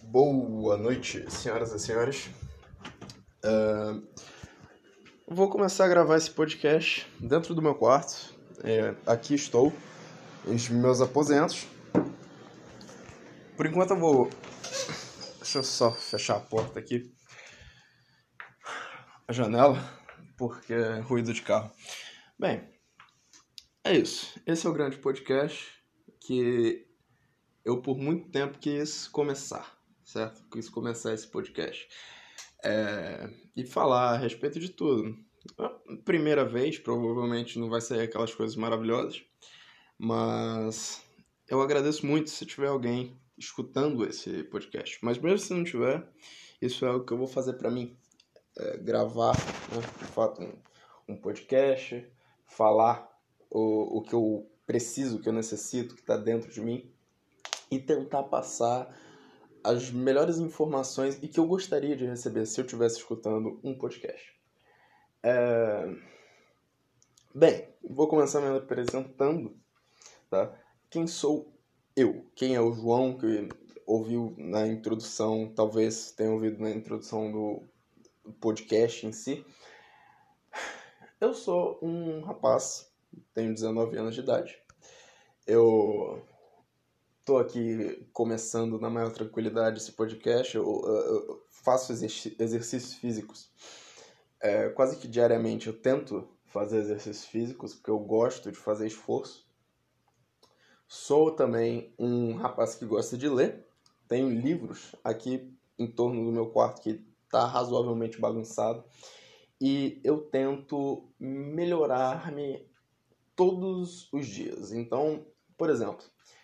Boa noite, senhoras e senhores. Vou começar a gravar esse podcast dentro do meu quarto. Aqui estou, nos meus aposentos. Por enquanto eu vou... Deixa eu só fechar a porta aqui. A janela, porque é ruído de carro. Bem, é isso. Esse é o grande podcast que eu por muito tempo quis começar, certo? Quis começar esse podcast. E falar a respeito de tudo. A primeira vez, provavelmente não vai ser aquelas coisas maravilhosas, mas eu agradeço muito se tiver alguém escutando esse podcast. Mas mesmo se não tiver, isso é o que eu vou fazer para mim. Gravar, né, de fato, um podcast, falar o que eu preciso, o que eu necessito, que está dentro de mim, e tentar passar as melhores informações e que eu gostaria de receber se eu estivesse escutando um podcast. Bem, vou começar me apresentando, tá? Quem sou eu? Quem é o João, que ouviu na introdução, talvez tenha ouvido na introdução do podcast em si? Eu sou um rapaz, tenho 19 anos de idade. Eu tô aqui começando na maior tranquilidade esse podcast. Eu faço exercícios físicos. Quase que diariamente eu tento fazer exercícios físicos, porque eu gosto de fazer esforço. Sou também um rapaz que gosta de ler. Tenho livros aqui em torno do meu quarto que está razoavelmente bagunçado. E eu tento melhorar-me todos os dias. Então, por exemplo,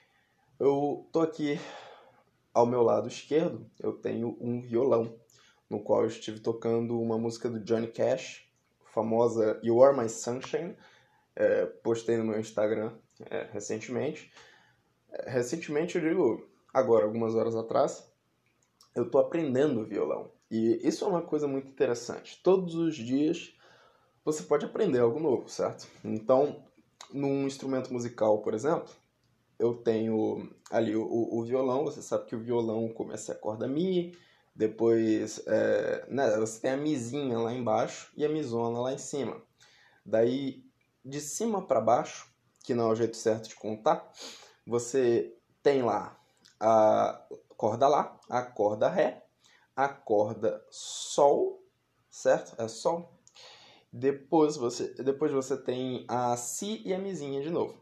eu tô aqui ao meu lado esquerdo, eu tenho um violão, no qual eu estive tocando uma música do Johnny Cash, famosa You Are My Sunshine. Postei no meu Instagram recentemente. Recentemente, eu digo agora, algumas horas atrás, eu tô aprendendo violão. E isso é uma coisa muito interessante. Todos os dias você pode aprender algo novo, certo? Então, num instrumento musical, por exemplo, eu tenho ali o violão. Você sabe que o violão começa a corda Mi, depois né, você tem a Mizinha lá embaixo e a Mizona lá em cima. Daí, de cima para baixo, que não é o jeito certo de contar, você tem lá a corda Lá, a corda Ré, a corda Sol, certo? É Sol. Depois você tem a Si e a Mizinha de novo.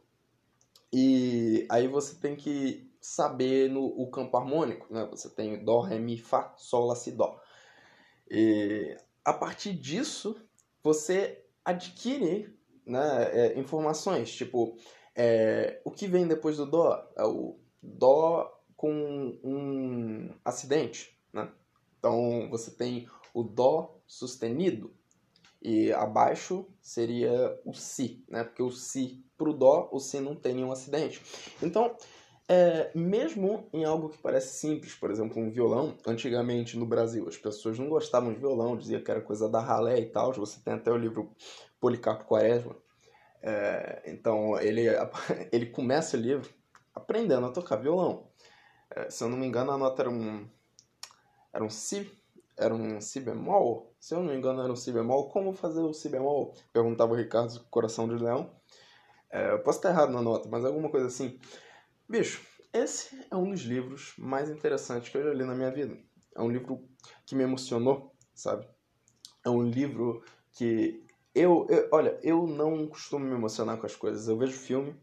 E aí você tem que saber o campo harmônico, né? Você tem Dó, Ré, Mi, Fá, Sol, Lá, Si, Dó. E a partir disso, você adquire, né, informações, tipo, o que vem depois do Dó? É o Dó com um acidente, né? Então, você tem o Dó sustenido, e abaixo seria o Si, né? Porque o Si pro Dó, o Si não tem nenhum acidente. Então, mesmo em algo que parece simples, por exemplo, um violão, antigamente no Brasil as pessoas não gostavam de violão, diziam que era coisa da ralé e tal. Você tem até o livro Policarpo Quaresma. Então, ele começa o livro aprendendo a tocar violão. Se eu não me engano, a nota era um Si. Era um Si bemol? Se eu não me engano, era um Si bemol. Como fazer o Si bemol? Perguntava o Ricardo Coração de Leão. Eu posso estar errado na nota, mas alguma coisa assim. Bicho, esse é um dos livros mais interessantes que eu já li na minha vida. É um livro que me emocionou, sabe? É um livro que olha, eu não costumo me emocionar com as coisas. Eu vejo filme,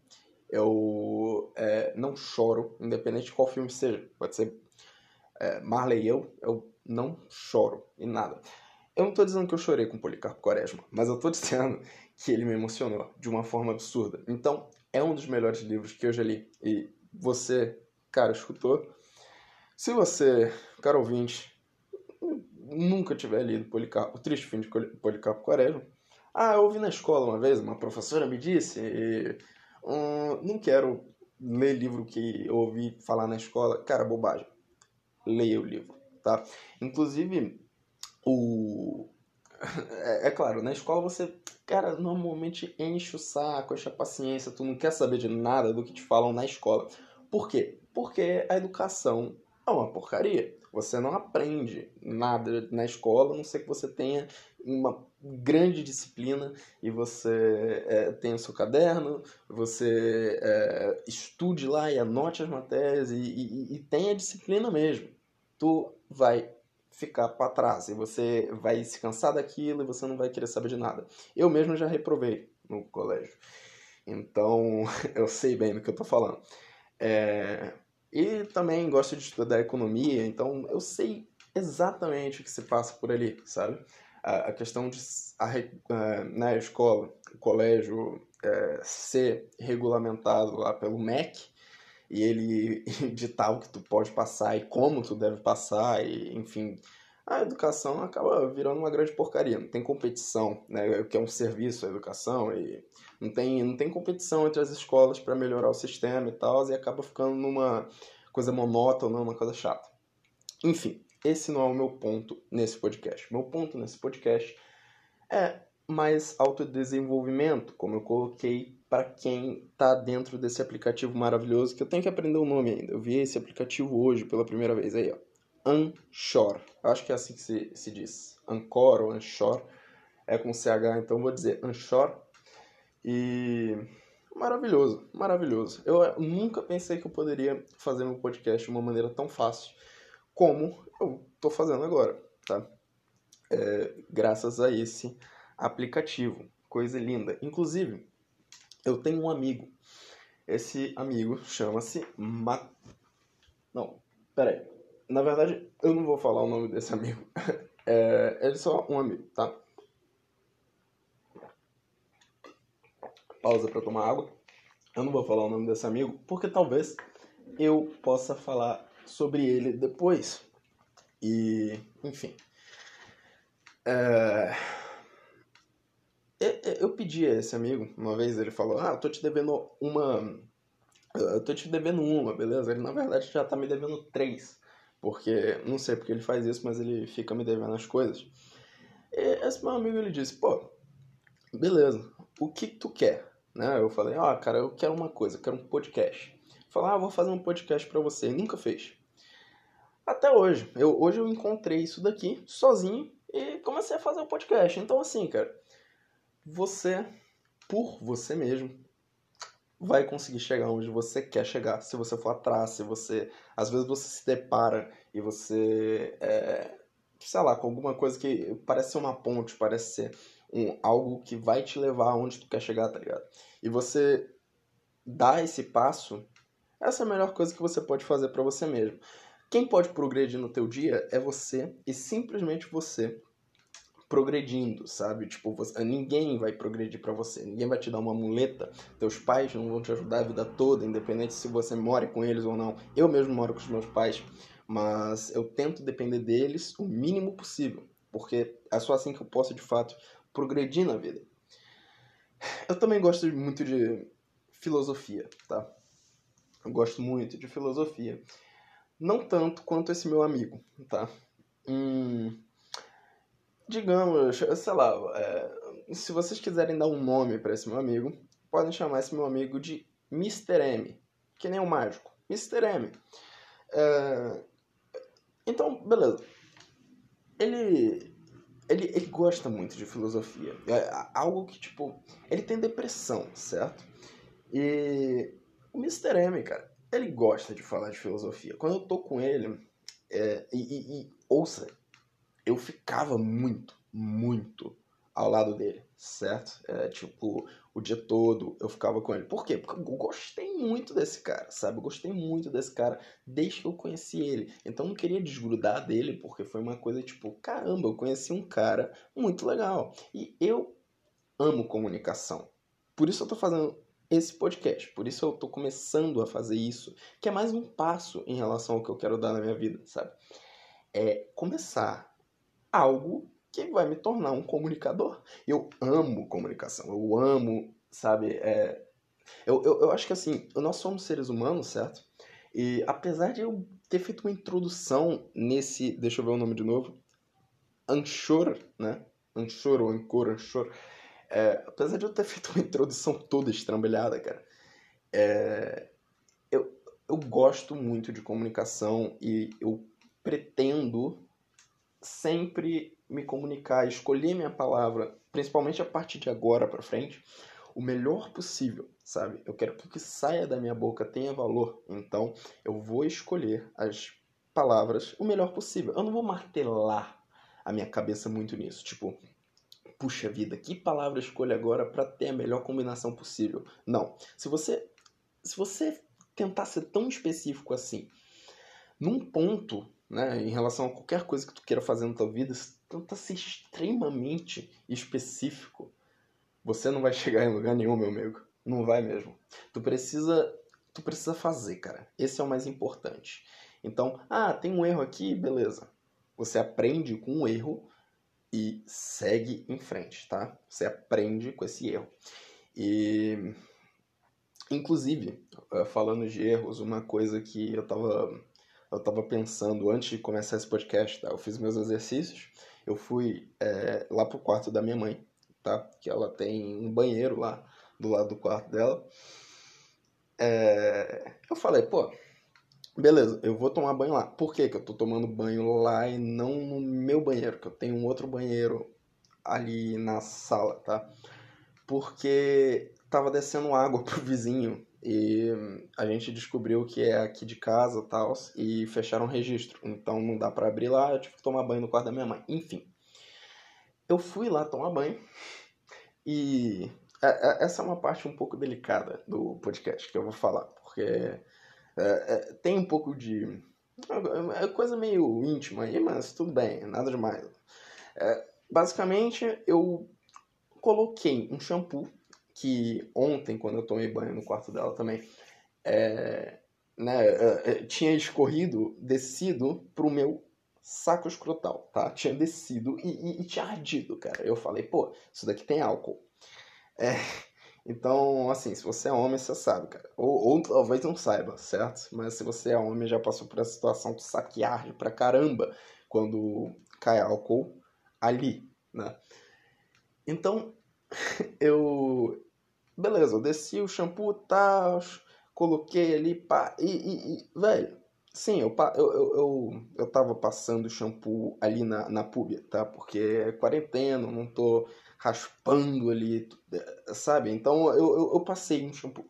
eu não choro, independente de qual filme seja. Pode ser Marley e eu não choro em nada. Eu não tô dizendo que eu chorei com Policarpo Quaresma, mas eu tô dizendo que ele me emocionou de uma forma absurda. Então, é um dos melhores livros que eu já li. E você, cara, escutou? Se você, cara ouvinte, nunca tiver lido O Triste Fim de Policarpo Quaresma, eu ouvi na escola uma vez, uma professora me disse, não quero ler livro que eu ouvi falar na escola. Cara, bobagem. Leia o livro, tá? Inclusive, claro, na escola você, cara, normalmente enche o saco, enche a paciência, tu não quer saber de nada do que te falam na escola. Por quê? Porque a educação é uma porcaria. Você não aprende nada na escola, a não ser que você tenha uma grande disciplina e você tenha o seu caderno, você estude lá e anote as matérias e tenha disciplina mesmo. Tu vai ficar para trás e você vai se cansar daquilo e você não vai querer saber de nada. Eu mesmo já reprovei no colégio, então eu sei bem do que eu tô falando. E também gosto de estudar economia, então eu sei exatamente o que se passa por ali, sabe? A questão de na escola, o colégio ser regulamentado lá pelo MEC e ele ditar o que tu pode passar e como tu deve passar, e enfim, a educação acaba virando uma grande porcaria. Não tem competição, né? O que é um serviço a educação, e não tem competição entre as escolas para melhorar o sistema e tal, e acaba ficando numa coisa monótona, uma coisa chata. Enfim, esse não é o meu ponto nesse podcast. Meu ponto nesse podcast é mais autodesenvolvimento, como eu coloquei para quem está dentro desse aplicativo maravilhoso, que eu tenho que aprender o nome ainda. Eu vi esse aplicativo hoje pela primeira vez. Aí, ó. Anchor. Acho que é assim que se diz. Anchor ou Anchor. É com CH, então vou dizer Anchor. E maravilhoso, maravilhoso. Eu nunca pensei que eu poderia fazer meu podcast de uma maneira tão fácil como eu tô fazendo agora, tá? Graças a esse aplicativo. Coisa linda. Inclusive, eu tenho um amigo. Esse amigo chama-se Não, peraí. Na verdade, eu não vou falar o nome desse amigo. Ele é só um amigo, tá? Pausa pra tomar água. Eu não vou falar o nome desse amigo, porque talvez eu possa falar sobre ele depois. E, enfim. Eu pedi a esse amigo, uma vez ele falou, eu tô te devendo uma... Eu tô te devendo uma, beleza? Ele, na verdade, já tá me devendo 3. Porque, não sei porque ele faz isso, mas ele fica me devendo as coisas. E esse meu amigo, ele disse, pô, beleza, o que tu quer? Né? Eu falei, cara, eu quero uma coisa, eu quero um podcast. Ele falou, vou fazer um podcast pra você. E nunca fez. Até hoje. Hoje eu encontrei isso daqui, sozinho, e comecei a fazer o podcast. Então, assim, cara, você, por você mesmo, vai conseguir chegar onde você quer chegar, se você for atrás, se você... Às vezes você se depara e você... sei lá, com alguma coisa que parece ser uma ponte, parece ser algo que vai te levar aonde tu quer chegar, tá ligado? E você dá esse passo, essa é a melhor coisa que você pode fazer pra você mesmo. Quem pode progredir no teu dia é você, e simplesmente você progredindo, sabe? Tipo, ninguém vai progredir pra você, ninguém vai te dar uma muleta, teus pais não vão te ajudar a vida toda, independente se você mora com eles ou não. Eu mesmo moro com os meus pais, mas eu tento depender deles o mínimo possível, porque é só assim que eu posso, de fato, progredir na vida. Eu também gosto muito de filosofia, tá? Eu gosto muito de filosofia. Não tanto quanto esse meu amigo, tá? Digamos, sei lá, se vocês quiserem dar um nome para esse meu amigo, podem chamar esse meu amigo de Mr. M, que nem o mágico, Mr. M. Então, beleza. Ele gosta muito de filosofia. É algo que, tipo, ele tem depressão, certo? E o Mr. M, cara, ele gosta de falar de filosofia. Quando eu tô com ele, ouça, eu ficava muito ao lado dele, certo? Tipo, o dia todo eu ficava com ele. Por quê? Porque eu gostei muito desse cara, sabe? Eu gostei muito desse cara desde que eu conheci ele. Então eu não queria desgrudar dele, porque foi uma coisa tipo, caramba, eu conheci um cara muito legal. E eu amo comunicação. Por isso eu tô fazendo esse podcast. Por isso eu tô começando a fazer isso, que é mais um passo em relação ao que eu quero dar na minha vida, sabe? É começar algo que vai me tornar um comunicador. Eu amo comunicação, eu amo, sabe? Eu acho que assim, nós somos seres humanos, certo? E apesar de eu ter feito uma introdução nesse, deixa eu ver o nome de novo, Anchor, né? Anchor ou Anchor, Anchor. Apesar de eu ter feito uma introdução toda estrambelhada, cara, eu, eu gosto muito de comunicação e eu pretendo sempre me comunicar, escolher minha palavra, principalmente a partir de agora pra frente, o melhor possível, sabe? Eu quero que o que saia da minha boca tenha valor, então eu vou escolher as palavras o melhor possível. Eu não vou martelar a minha cabeça muito nisso, tipo, puxa vida, que palavra escolho agora para ter a melhor combinação possível? Não. Se você tentar ser tão específico assim, num ponto, né, em relação a qualquer coisa que tu queira fazer na tua vida, se tenta ser extremamente específico, você não vai chegar em lugar nenhum, meu amigo. Não vai mesmo. Tu precisa fazer, cara. Esse é o mais importante. Então, tem um erro aqui, beleza. Você aprende com o erro e segue em frente, tá? Você aprende com esse erro. E, inclusive, falando de erros, uma coisa que eu tava pensando antes de começar esse podcast, tá? Eu fiz meus exercícios, eu fui lá pro quarto da minha mãe, tá? Que ela tem um banheiro lá do lado do quarto dela. Eu falei, pô, beleza, eu vou tomar banho lá. Por que que eu tô tomando banho lá e não no meu banheiro? Que eu tenho um outro banheiro ali na sala, tá? Porque tava descendo água pro vizinho e a gente descobriu que é aqui de casa e tal, e fecharam o registro. Então não dá pra abrir lá, eu tive que tomar banho no quarto da minha mãe. Enfim, eu fui lá tomar banho e essa é uma parte um pouco delicada do podcast que eu vou falar, porque tem um pouco de... É coisa meio íntima aí, mas tudo bem, nada demais. Basicamente, eu coloquei um shampoo que ontem, quando eu tomei banho no quarto dela também, tinha descido pro meu saco escrotal, tá? Tinha descido e tinha ardido, cara. Eu falei, pô, isso daqui tem álcool. Então, assim, se você é homem, você sabe, cara. Ou talvez não saiba, certo? Mas se você é homem, já passou por essa situação que o saco arde pra caramba quando cai álcool ali, né? Então, eu... Beleza, eu desci o shampoo e tal, coloquei ali, pá, velho, sim, eu tava passando shampoo ali na púbia, tá? Porque é quarentena, não tô raspando ali, sabe? Então eu passei um shampoo.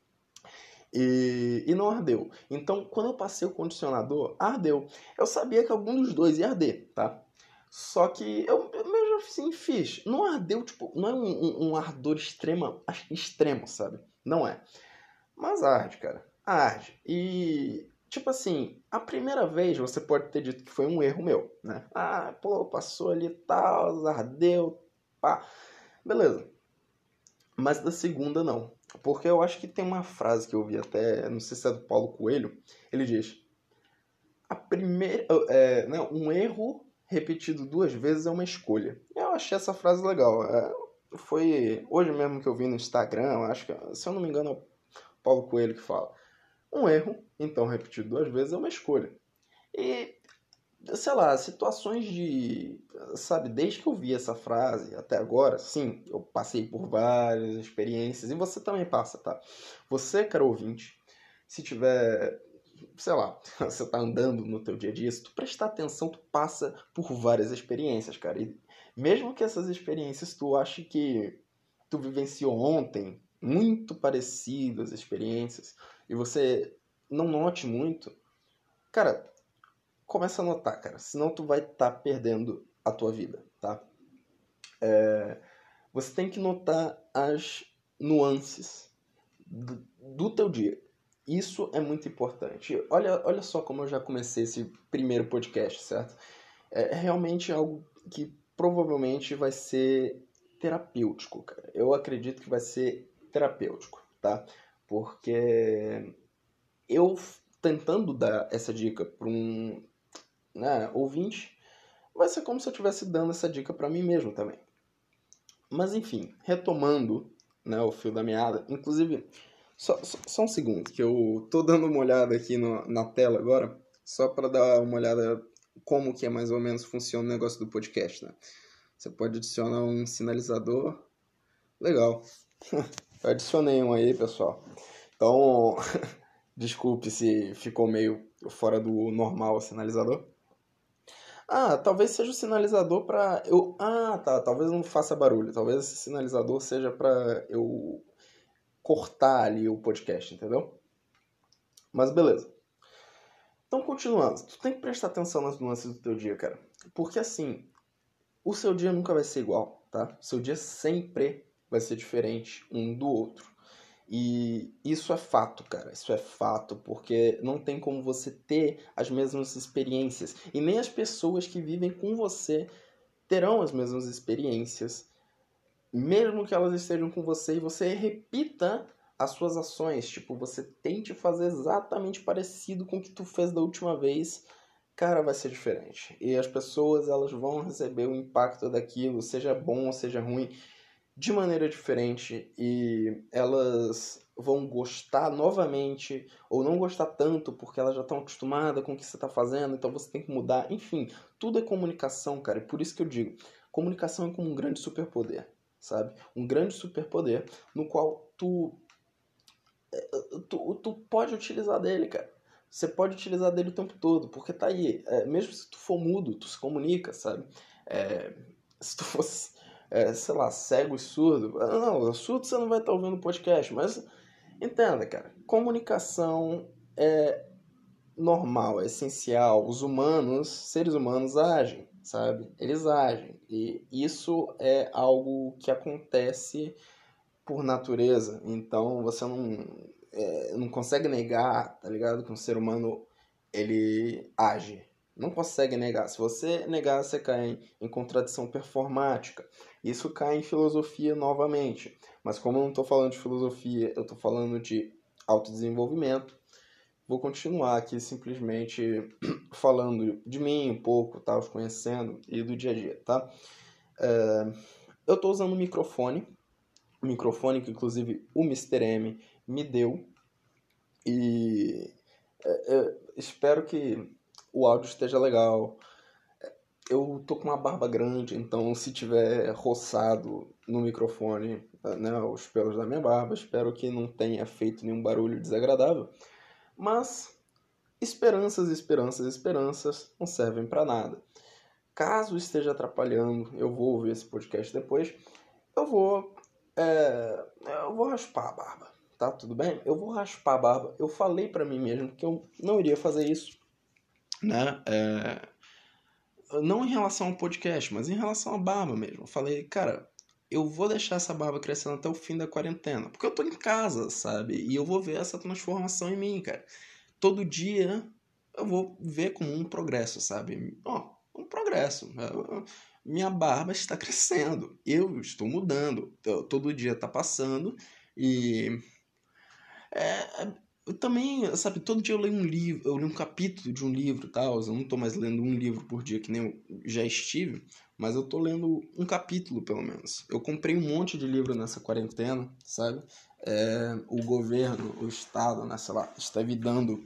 E não ardeu. Então, quando eu passei o condicionador, ardeu. Eu sabia que algum dos dois ia arder, tá? Só que eu mesmo assim fiz. Não ardeu, tipo, não é um ardor extremo, sabe? Não é. Mas arde, cara. Arde. E, tipo assim, a primeira vez você pode ter dito que foi um erro meu, né? Pô, passou ali e tal, ardeu, pá. Beleza. Mas da segunda, não. Porque eu acho que tem uma frase que eu vi até, não sei se é do Paulo Coelho, ele diz: a primeira, não, um erro repetido duas vezes é uma escolha. Eu achei essa frase legal. Foi hoje mesmo que eu vi no Instagram, acho que, se eu não me engano, é o Paulo Coelho que fala. Um erro, então repetido duas vezes, é uma escolha. E, sei lá, situações de... Sabe, desde que eu vi essa frase até agora, sim, eu passei por várias experiências, e você também passa, tá? Você, cara ouvinte, se tiver, sei lá, você tá andando no teu dia a dia, se tu prestar atenção, tu passa por várias experiências, cara. E mesmo que essas experiências tu ache que tu vivenciou ontem, muito parecidas as experiências, e você não note muito, cara, começa a notar, cara. Senão tu vai estar perdendo a tua vida, tá? Você tem que notar as nuances do teu dia. Isso é muito importante. Olha só como eu já comecei esse primeiro podcast, certo? É realmente algo que provavelmente vai ser terapêutico, cara. Eu acredito que vai ser terapêutico, tá? Porque eu tentando dar essa dica para um, né, ouvinte, vai ser como se eu estivesse dando essa dica para mim mesmo também. Mas enfim, retomando, né, o fio da meada, inclusive, só um segundo, que eu tô dando uma olhada aqui na tela agora, só para dar uma olhada como que é mais ou menos funciona o negócio do podcast, né? Você pode adicionar um sinalizador. Legal. Eu adicionei um aí, pessoal. Então, Desculpe se ficou meio fora do normal o sinalizador. Talvez seja o sinalizador pra eu... tá, talvez não faça barulho. Talvez esse sinalizador seja pra eu cortar ali o podcast, entendeu? Mas beleza. Então, continuando. Tu tem que prestar atenção nas nuances do teu dia, cara. Porque assim, o seu dia nunca vai ser igual, tá? O seu dia sempre vai ser diferente um do outro. E isso é fato, cara. Isso é fato, porque não tem como você ter as mesmas experiências. E nem as pessoas que vivem com você terão as mesmas experiências, mesmo que elas estejam com você e você repita as suas ações. Tipo, você tente fazer exatamente parecido com o que tu fez da última vez, cara, vai ser diferente. E as pessoas, elas vão receber o impacto daquilo, seja bom ou seja ruim, de maneira diferente, e elas vão gostar novamente ou não gostar tanto porque elas já estão acostumadas com o que você está fazendo, então você tem que mudar. Enfim, tudo é comunicação, cara, e por isso que eu digo, comunicação é como um grande superpoder, sabe? Um grande superpoder no qual tu pode utilizar dele, cara. Você pode utilizar dele o tempo todo, porque tá aí. Mesmo se tu for mudo, tu se comunica, sabe? Se tu fosse, sei lá, cego e surdo... Não, surdo você não vai estar ouvindo o podcast, mas entenda, cara. Comunicação é normal, é essencial. Os humanos, seres humanos, agem, sabe? Eles agem. E isso é algo que acontece por natureza, então você não consegue negar, tá ligado? Que um ser humano, ele age. Não consegue negar. Se você negar, você cai em contradição performática. Isso cai em filosofia novamente. Mas como eu não estou falando de filosofia, eu estou falando de autodesenvolvimento, vou continuar aqui simplesmente falando de mim um pouco, tá? Os conhecendo e do dia a dia, tá? Eu estou usando um microfone que inclusive o Mr. M me deu, e espero que o áudio esteja legal. Eu tô com uma barba grande, então se tiver roçado no microfone, né, os pelos da minha barba, espero que não tenha feito nenhum barulho desagradável. Mas esperanças não servem para nada. Caso esteja atrapalhando, eu vou ouvir esse podcast depois, eu vou raspar a barba, tá? Tudo bem? Eu vou raspar a barba. Eu falei pra mim mesmo que eu não iria fazer isso, né? Não em relação ao podcast, mas em relação à barba mesmo. Eu falei, cara, eu vou deixar essa barba crescendo até o fim da quarentena, porque eu tô em casa, sabe? E eu vou ver essa transformação em mim, cara. Todo dia eu vou ver como um progresso, sabe? Um progresso. Minha barba está crescendo, eu estou mudando, todo dia está passando, e eu também, sabe, todo dia eu leio um livro, eu leio um capítulo de um livro e tal. Eu não estou mais lendo um livro por dia que nem eu já estive, mas eu estou lendo um capítulo pelo menos. Eu comprei um monte de livro nessa quarentena, sabe? O governo, o Estado, né, sei lá, está me dando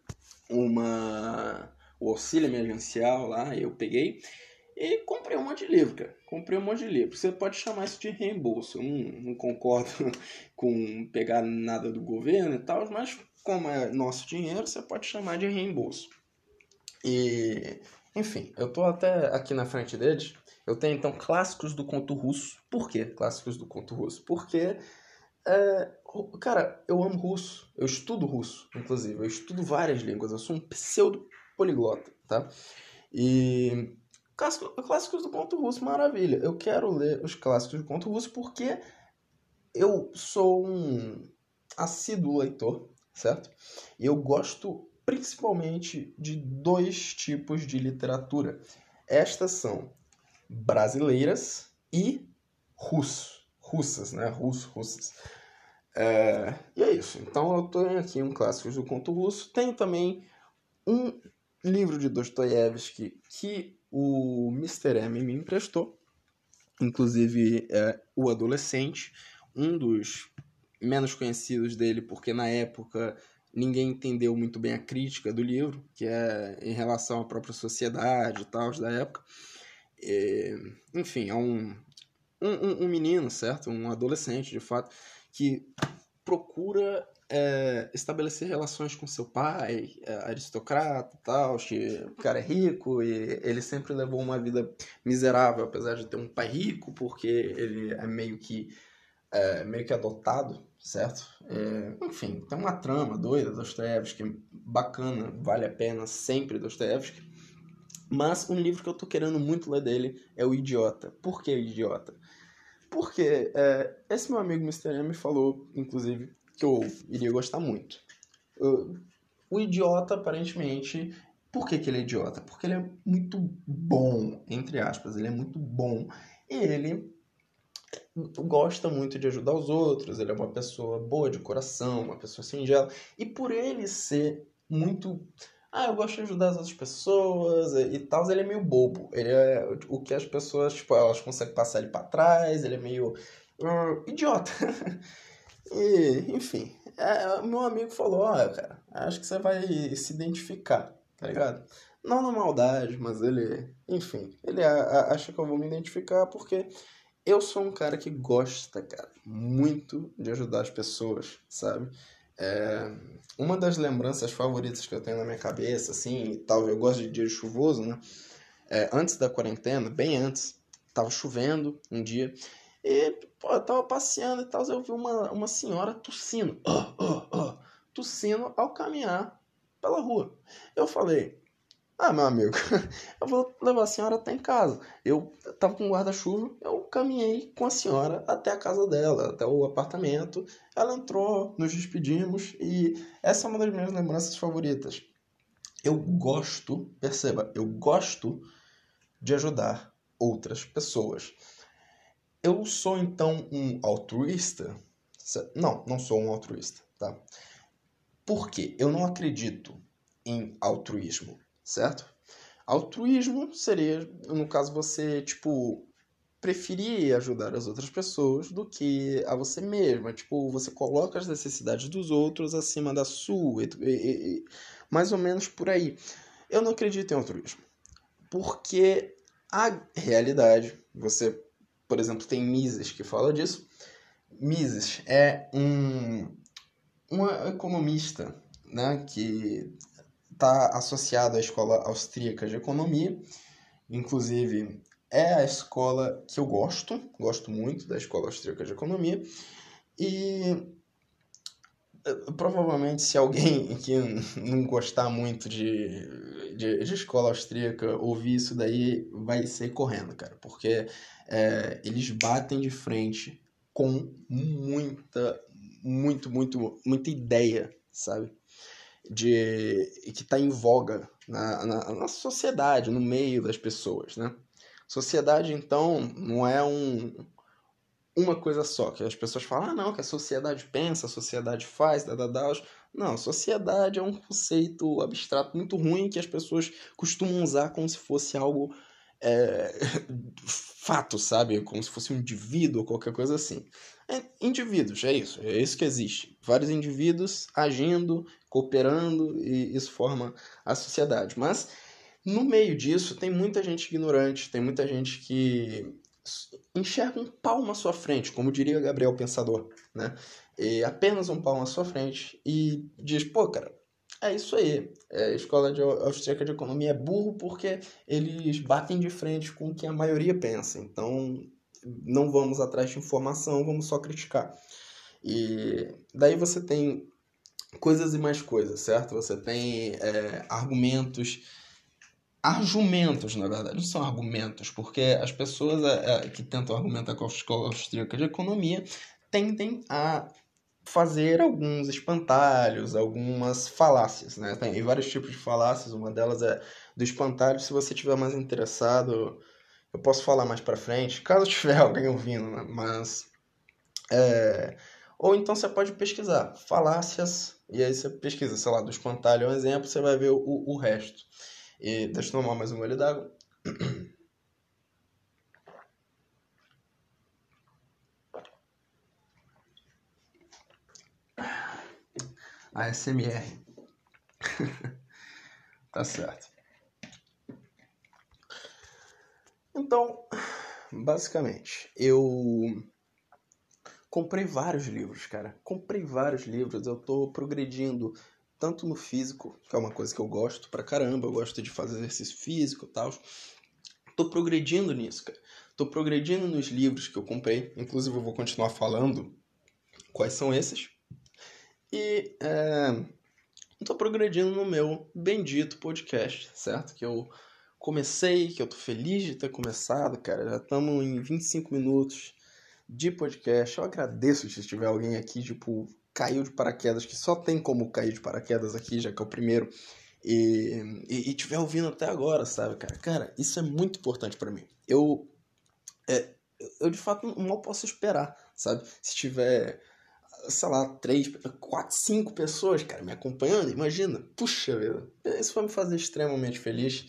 o auxílio emergencial lá, eu peguei e comprei um monte de livro, cara. Comprei um monte de livro. Você pode chamar isso de reembolso. Eu não concordo com pegar nada do governo e tal, mas como é nosso dinheiro, você pode chamar de reembolso. E, enfim, eu tô até aqui na frente deles. Eu tenho, então, clássicos do conto russo. Por que clássicos do conto russo? Porque, cara, eu amo russo. Eu estudo russo, inclusive. Eu estudo várias línguas. Eu sou um pseudo-poliglota, tá? E clássicos do conto russo, maravilha. Eu quero ler os clássicos do conto russo porque eu sou um assíduo leitor, certo? E eu gosto principalmente de dois tipos de literatura. Estas são brasileiras e russas, né? Russas. E é isso. Então eu tenho aqui um clássico do conto russo. Tenho também um livro de Dostoiévski que o Mr. M me emprestou, inclusive O Adolescente, um dos menos conhecidos dele, porque na época ninguém entendeu muito bem a crítica do livro, que é em relação à própria sociedade e tal, da época. Enfim, é um menino, certo? Um adolescente, de fato, que procura estabelecer relações com seu pai, aristocrata e tal, que o cara é rico e ele sempre levou uma vida miserável, apesar de ter um pai rico, porque ele é meio que adotado, certo? Enfim, tem uma trama doida, Dostoiévski, bacana, vale a pena, sempre Dostoiévski. Mas um livro que eu tô querendo muito ler dele é O Idiota. Por que O Idiota? Porque esse meu amigo Mr. M falou, inclusive, que eu iria gostar muito. O Idiota, aparentemente... Por que ele é idiota? Porque ele é muito bom, entre aspas, ele é muito bom. E ele gosta muito de ajudar os outros, ele é uma pessoa boa de coração, uma pessoa singela. E por ele ser muito... eu gosto de ajudar as outras pessoas e tal, ele é meio bobo. Ele é o que as pessoas, tipo, elas conseguem passar ele pra trás, ele é meio idiota. E, enfim, meu amigo falou, cara, acho que você vai se identificar, tá ligado? Não na maldade, mas ele, enfim, ele acha que eu vou me identificar porque eu sou um cara que gosta, cara, muito de ajudar as pessoas, sabe? Uma das lembranças favoritas que eu tenho na minha cabeça, assim, e tal, eu gosto de dia chuvoso, né? Antes da quarentena, bem antes, tava chovendo um dia, e, pô, eu tava passeando e tal, eu vi uma senhora tossindo, tossindo ao caminhar pela rua. Eu falei, meu amigo, eu vou levar a senhora até em casa. Eu tava com um guarda-chuva, eu caminhei com a senhora até a casa dela, até o apartamento. Ela entrou, nos despedimos e essa é uma das minhas lembranças favoritas. Eu gosto, perceba, eu gosto de ajudar outras pessoas. Eu sou então um altruísta? Não sou um altruísta, tá? Por quê? Eu não acredito em altruísmo, certo? Altruísmo seria, no caso, você, tipo, preferir ajudar as outras pessoas do que a você mesma. Tipo, você coloca as necessidades dos outros acima da sua, mais ou menos por aí. Eu não acredito em altruísmo, porque a realidade, você, por exemplo, tem Mises que fala disso. Mises é uma economista, né, que está associado à escola austríaca de economia. Inclusive, é a escola que eu gosto muito da escola austríaca de economia. E provavelmente, se alguém que não gostar muito de escola austríaca ouvir isso daí, vai sair correndo, cara. Porque eles batem de frente com muita ideia, sabe? Que está em voga na sociedade, no meio das pessoas, né? Sociedade, então, não é uma coisa só, que as pessoas falam, não, que a sociedade pensa, a sociedade faz, Não, sociedade é um conceito abstrato muito ruim que as pessoas costumam usar como se fosse algo fato, sabe? Como se fosse um indivíduo ou qualquer coisa assim. Indivíduos, é isso que existe. Vários indivíduos agindo, cooperando, e isso forma a sociedade. Mas no meio disso tem muita gente ignorante, tem muita gente que enxerga um palmo à sua frente, como diria Gabriel Pensador, né? E apenas um palmo à sua frente e diz, pô, cara, é isso aí. A escola austríaca de economia é burro porque eles batem de frente com o que a maioria pensa. Então, não vamos atrás de informação, vamos só criticar. E daí você tem coisas e mais coisas, certo? Você tem argumentos, na verdade, não são argumentos, porque as pessoas que tentam argumentar com a escola austríaca de economia tendem a fazer alguns espantalhos, algumas falácias, né? Tem vários tipos de falácias, uma delas é do espantalho. Se você estiver mais interessado, eu posso falar mais pra frente, caso tiver alguém ouvindo, né? Mas ou então você pode pesquisar falácias, e aí você pesquisa, sei lá, do espantalho é um exemplo, você vai ver o resto. E deixa eu tomar mais um olho d'água. ASMR. Tá certo. Então, basicamente, eu comprei vários livros, cara. Comprei vários livros. Eu tô progredindo tanto no físico, que é uma coisa que eu gosto pra caramba. Eu gosto de fazer exercício físico e tal. Tô progredindo nisso, cara. Tô progredindo nos livros que eu comprei. Inclusive, eu vou continuar falando quais são esses. E tô progredindo no meu bendito podcast, certo? Que eu comecei, que eu tô feliz de ter começado, cara. Já estamos em 25 minutos de podcast. Eu agradeço se tiver alguém aqui, tipo, caiu de paraquedas, que só tem como cair de paraquedas aqui, já que é o primeiro, e tiver ouvindo até agora, sabe, cara? Cara, isso é muito importante pra mim. Eu de fato mal posso esperar, sabe? Se tiver, sei lá, 3, 4, 5 pessoas, cara, me acompanhando, imagina. Puxa vida, isso vai me fazer extremamente feliz.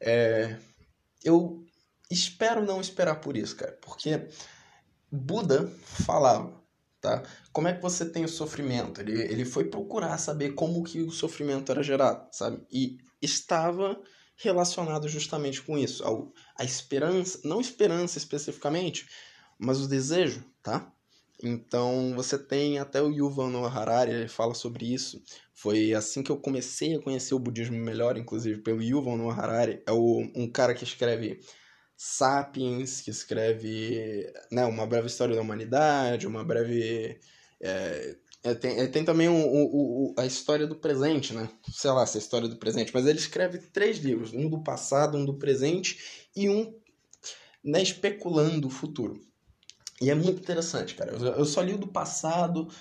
Eu espero não esperar por isso, cara, porque Buda falava, tá? Como é que você tem o sofrimento? Ele foi procurar saber como que o sofrimento era gerado, sabe? E estava relacionado justamente com isso, a esperança, não esperança especificamente, mas o desejo, tá? Então você tem até o Yuval Noah Harari, ele fala sobre isso. Foi assim que eu comecei a conhecer o budismo melhor, inclusive pelo Yuval Noah Harari. É um cara que escreve Sapiens, que escreve, né, Uma Breve História da Humanidade, uma breve... tem também a história do presente, né? Sei lá se é a história do presente, mas ele escreve 3 livros, um do passado, um do presente e um, né, especulando o futuro. E é muito interessante, cara. Eu só li o do passado,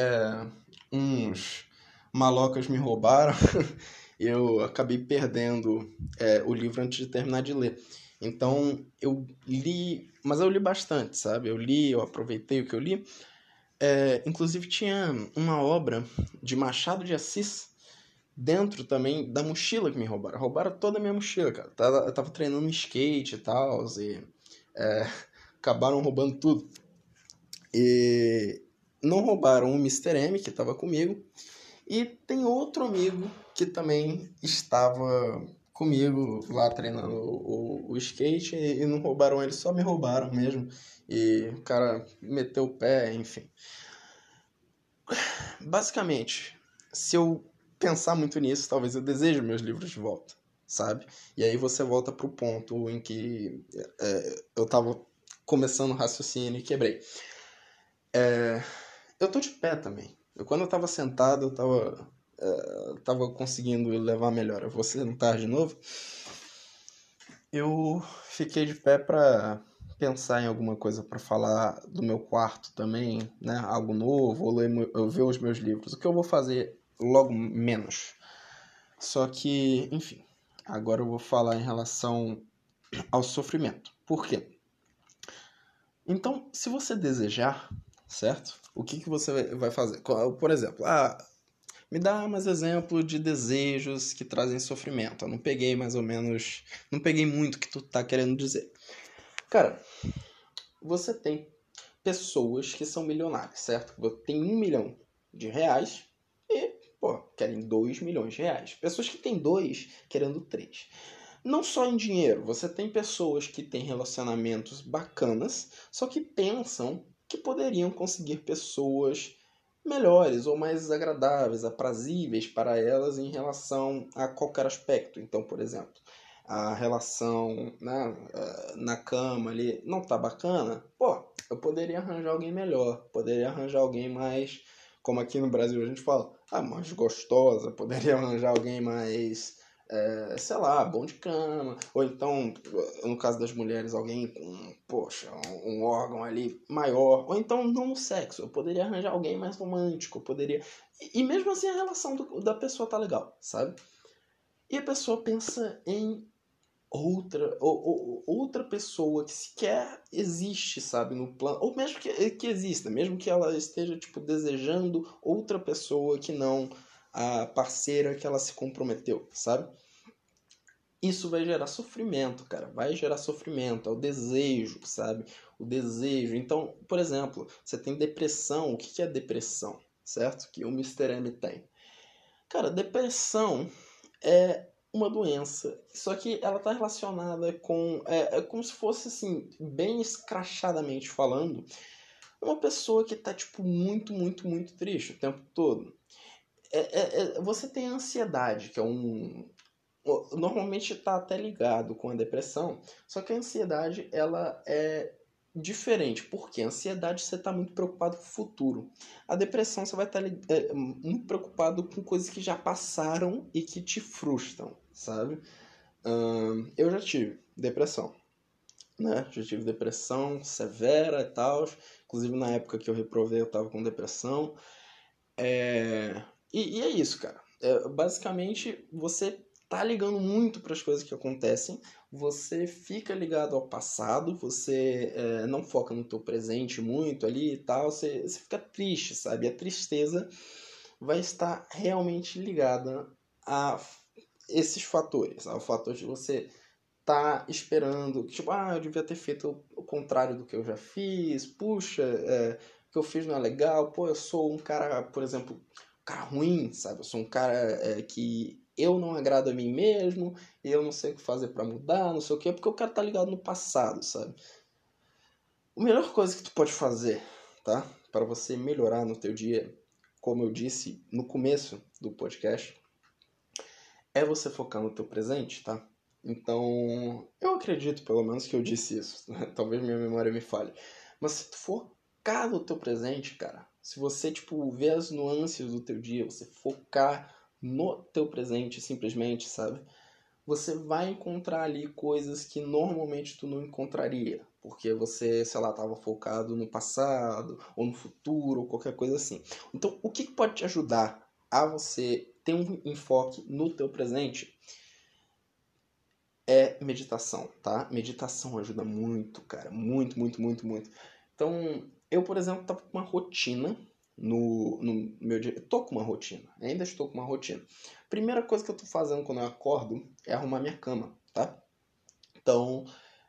uns malocas me roubaram, eu acabei perdendo o livro antes de terminar de ler. Então, eu li, mas eu li bastante, sabe? Eu aproveitei o que eu li. Inclusive, tinha uma obra de Machado de Assis dentro também da mochila que me roubaram. Roubaram toda a minha mochila, cara. Eu tava treinando skate e tal, e acabaram roubando tudo. E não roubaram o Mr. M, que estava comigo, e tem outro amigo que também estava comigo lá treinando o skate e não roubaram ele, só me roubaram mesmo. E o cara meteu o pé, enfim. Basicamente, se eu pensar muito nisso, talvez eu deseje meus livros de volta, sabe? E aí você volta pro ponto em que eu tava começando o raciocínio e quebrei. Eu tô de pé também. Quando eu tava sentado, eu tava conseguindo levar melhor. Eu vou sentar de novo. Eu fiquei de pé pra pensar em alguma coisa pra falar do meu quarto também, né? Algo novo, ou ver os meus livros. O que eu vou fazer logo menos. Só que, enfim, agora eu vou falar em relação ao sofrimento. Por quê? Então, se você desejar, certo? O que você vai fazer? Por exemplo, me dá mais exemplo de desejos que trazem sofrimento. Eu não peguei mais ou menos... Não peguei muito o que tu tá querendo dizer. Cara, você tem pessoas que são milionárias, certo? Tem 1 milhão de reais e, querem 2 milhões de reais. Pessoas que têm 2 querendo 3. Não só em dinheiro, você tem pessoas que têm relacionamentos bacanas, só que pensam que poderiam conseguir pessoas melhores ou mais agradáveis, aprazíveis para elas em relação a qualquer aspecto. Então, por exemplo, a relação, né, na cama ali não tá bacana, eu poderia arranjar alguém melhor, poderia arranjar alguém mais, como aqui no Brasil a gente fala, mais gostosa, poderia arranjar alguém mais, sei lá, bom de cama, ou então, no caso das mulheres, alguém com, um órgão ali maior, ou então não no sexo, eu poderia arranjar alguém mais romântico, eu poderia... E mesmo assim a relação da pessoa tá legal, sabe? E a pessoa pensa em outra pessoa que sequer existe, sabe, no plano, ou mesmo que exista, mesmo que ela esteja, tipo, desejando outra pessoa que não a parceira que ela se comprometeu, sabe? Isso vai gerar sofrimento, cara, vai gerar sofrimento, é o desejo, sabe? O desejo. Então, por exemplo, você tem depressão, o que é depressão, certo? Que o Mr. M tem. Cara, depressão é uma doença, só que ela está relacionada com... É como se fosse, assim, bem escrachadamente falando, uma pessoa que tá, tipo, muito, muito, muito triste o tempo todo. Você tem ansiedade, que é normalmente está até ligado com a depressão, só que a ansiedade ela é diferente, porque a ansiedade você está muito preocupado com o futuro. A depressão você vai estar muito preocupado com coisas que já passaram e que te frustram, sabe? Eu já tive depressão, né? Já tive depressão severa e tal, inclusive na época que eu reprovei eu estava com depressão. E é isso, cara. Basicamente, você tá ligando muito para as coisas que acontecem, você fica ligado ao passado, você não foca no teu presente muito ali e tal, você fica triste, sabe? A tristeza vai estar realmente ligada a esses fatores, ao fator de você tá esperando, tipo, eu devia ter feito o contrário do que eu já fiz, puxa, o que eu fiz não é legal, pô, eu sou um cara, por exemplo, um cara ruim, sabe? Eu sou um cara que eu não agrado a mim mesmo, e eu não sei o que fazer pra mudar, não sei o quê, porque o cara tá ligado no passado, sabe? A melhor coisa que tu pode fazer, tá? Para você melhorar no teu dia, como eu disse no começo do podcast, é você focar no teu presente, tá? Então, eu acredito pelo menos que eu disse isso. Talvez minha memória me falhe. Mas se tu focar no teu presente, cara, se você, tipo, ver as nuances do teu dia, você focar no teu presente simplesmente, sabe? Você vai encontrar ali coisas que normalmente tu não encontraria. Porque você, sei lá, estava focado no passado, ou no futuro, ou qualquer coisa assim. Então, o que pode te ajudar a você ter um enfoque no teu presente é meditação, tá? Meditação ajuda muito, cara. Muito, muito, muito, muito. Então, eu, por exemplo, tava com uma rotina no meu dia. Eu tô com uma rotina. Ainda estou com uma rotina. Primeira coisa que eu tô fazendo quando eu acordo é arrumar minha cama, tá? Então,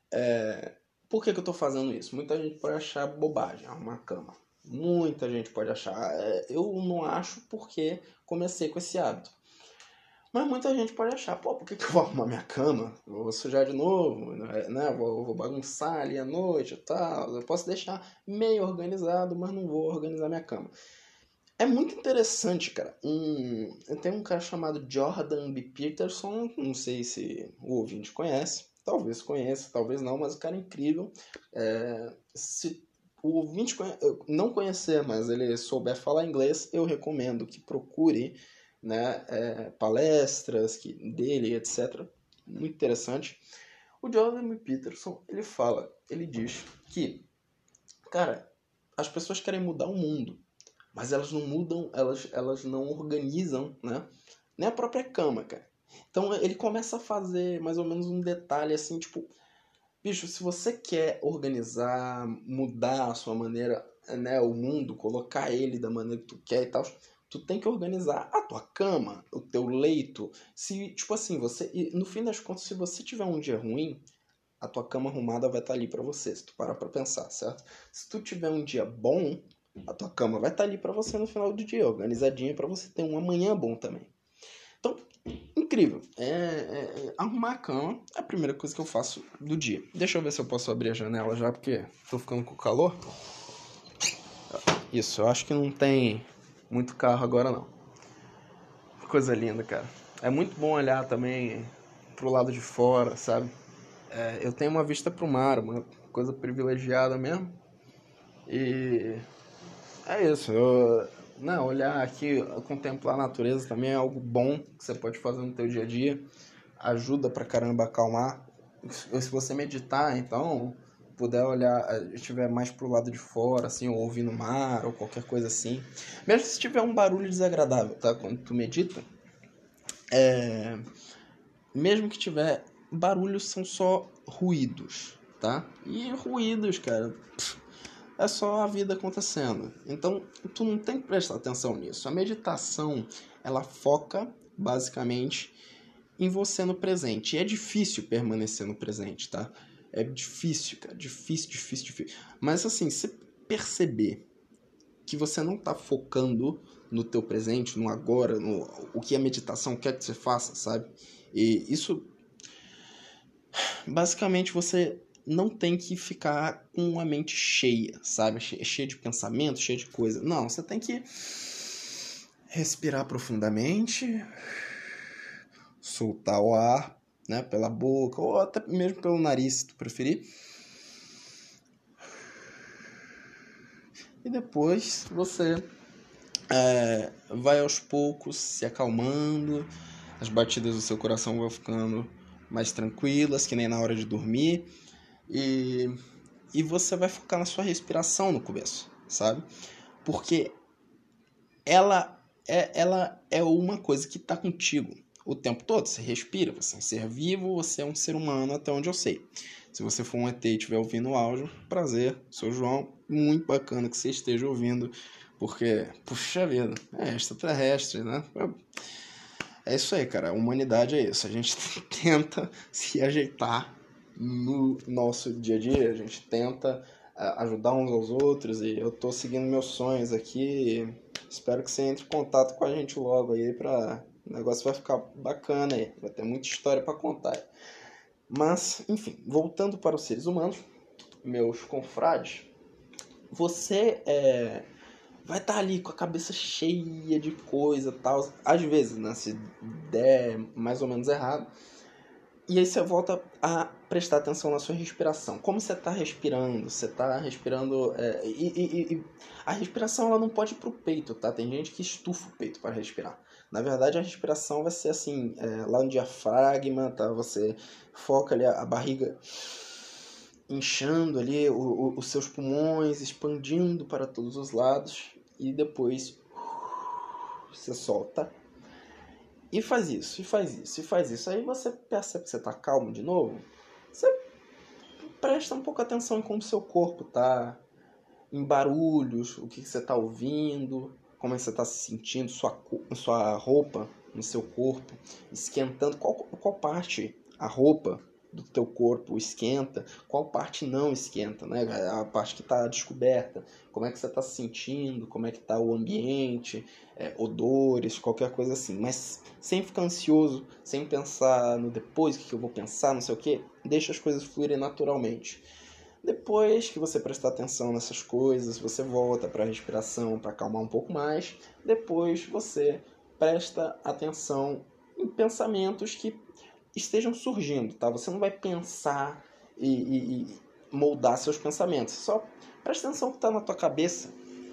por que eu tô fazendo isso? Muita gente pode achar bobagem arrumar a cama. Muita gente pode achar. Eu não acho porque comecei com esse hábito. Mas muita gente pode achar, pô, por que eu vou arrumar minha cama? Eu vou sujar de novo, né? Vou bagunçar ali à noite e tal. Eu posso deixar meio organizado, mas não vou organizar minha cama. É muito interessante, cara. Tem um cara chamado Jordan B. Peterson, não sei se o ouvinte conhece, talvez conheça, talvez não, mas o cara é incrível. Se o ouvinte não conhecer, mas ele souber falar inglês, eu recomendo que procure, né, palestras dele, etc. Muito interessante. O Jordan B. Peterson, ele diz que, cara, as pessoas querem mudar o mundo, mas elas não mudam, elas não organizam, né? Nem a própria cama, cara. Então ele começa a fazer mais ou menos um detalhe assim, tipo, bicho, se você quer organizar, mudar a sua maneira, né, o mundo, colocar ele da maneira que tu quer e tal, tu tem que organizar a tua cama, o teu leito. Se, tipo assim, e no fim das contas, se você tiver um dia ruim, a tua cama arrumada vai estar ali para você, se tu parar pra pensar, certo? Se tu tiver um dia bom, a tua cama vai estar ali para você no final do dia, organizadinha para você ter um amanhã bom também. Então, incrível. Arrumar a cama é a primeira coisa que eu faço do dia. Deixa eu ver se eu posso abrir a janela já, porque tô ficando com calor. Isso, eu acho que não tem muito carro agora não. Coisa linda, cara. É muito bom olhar também pro lado de fora, sabe? Eu tenho uma vista pro mar, uma coisa privilegiada mesmo. E é isso. Olhar aqui, contemplar a natureza também é algo bom que você pode fazer no teu dia a dia. Ajuda pra caramba a acalmar. Se você meditar, então, puder olhar, estiver mais pro lado de fora, assim, ou ouvir no mar, ou qualquer coisa assim. Mesmo se tiver um barulho desagradável, tá? Quando tu medita, mesmo que tiver, barulhos são só ruídos, tá? E ruídos, cara, é só a vida acontecendo. Então, tu não tem que prestar atenção nisso. A meditação, ela foca, basicamente, em você no presente. E é difícil permanecer no presente, tá? É difícil, cara. Difícil, difícil, difícil. Mas, assim, se perceber que você não tá focando no teu presente, no agora, no o que a meditação quer que você faça, sabe? E isso, basicamente, você não tem que ficar com a mente cheia, sabe? Cheia de pensamento, cheia de coisa. Não, você tem que respirar profundamente, soltar o ar, né, pela boca, ou até mesmo pelo nariz, se tu preferir. E depois você vai aos poucos se acalmando, as batidas do seu coração vão ficando mais tranquilas, que nem na hora de dormir, e você vai focar na sua respiração no começo, sabe? Porque ela é uma coisa que está contigo o tempo todo. Você respira, você é um ser vivo, você é um ser humano, até onde eu sei. Se você for um ET e estiver ouvindo o áudio, prazer, sou o João, muito bacana que você esteja ouvindo, porque, puxa vida, é extraterrestre, né? É isso aí, cara, a humanidade é isso, a gente tenta se ajeitar no nosso dia a dia, a gente tenta ajudar uns aos outros, e eu tô seguindo meus sonhos aqui, espero que você entre em contato com a gente logo aí, o negócio vai ficar bacana aí, vai ter muita história para contar. Mas, enfim, voltando para os seres humanos, meus confrades, você vai estar ali com a cabeça cheia de coisa e tal, às vezes, né, se der mais ou menos errado, e aí você volta a prestar atenção na sua respiração. Como você está respirando? Você está respirando... e a respiração ela não pode ir para o peito, tá? Tem gente que estufa o peito para respirar. Na verdade, a respiração vai ser assim, lá no diafragma, tá? Você foca ali a barriga inchando ali, os seus pulmões expandindo para todos os lados. E depois você solta. E faz isso, e faz isso, e faz isso. Aí você percebe que você está calmo de novo. Você presta um pouco atenção em como o seu corpo tá, em barulhos, o que você está ouvindo, como é que você está se sentindo, sua roupa no seu corpo, esquentando. Qual parte a roupa do teu corpo esquenta, qual parte não esquenta, né? A parte que está descoberta, como é que você está se sentindo, como é que está o ambiente, odores, qualquer coisa assim. Mas sem ficar ansioso, sem pensar no depois, o que eu vou pensar, não sei o que, deixa as coisas fluírem naturalmente. Depois que você prestar atenção nessas coisas, você volta para a respiração para acalmar um pouco mais. Depois você presta atenção em pensamentos que estejam surgindo, tá? Você não vai pensar e moldar seus pensamentos. Só presta atenção no que está na tua cabeça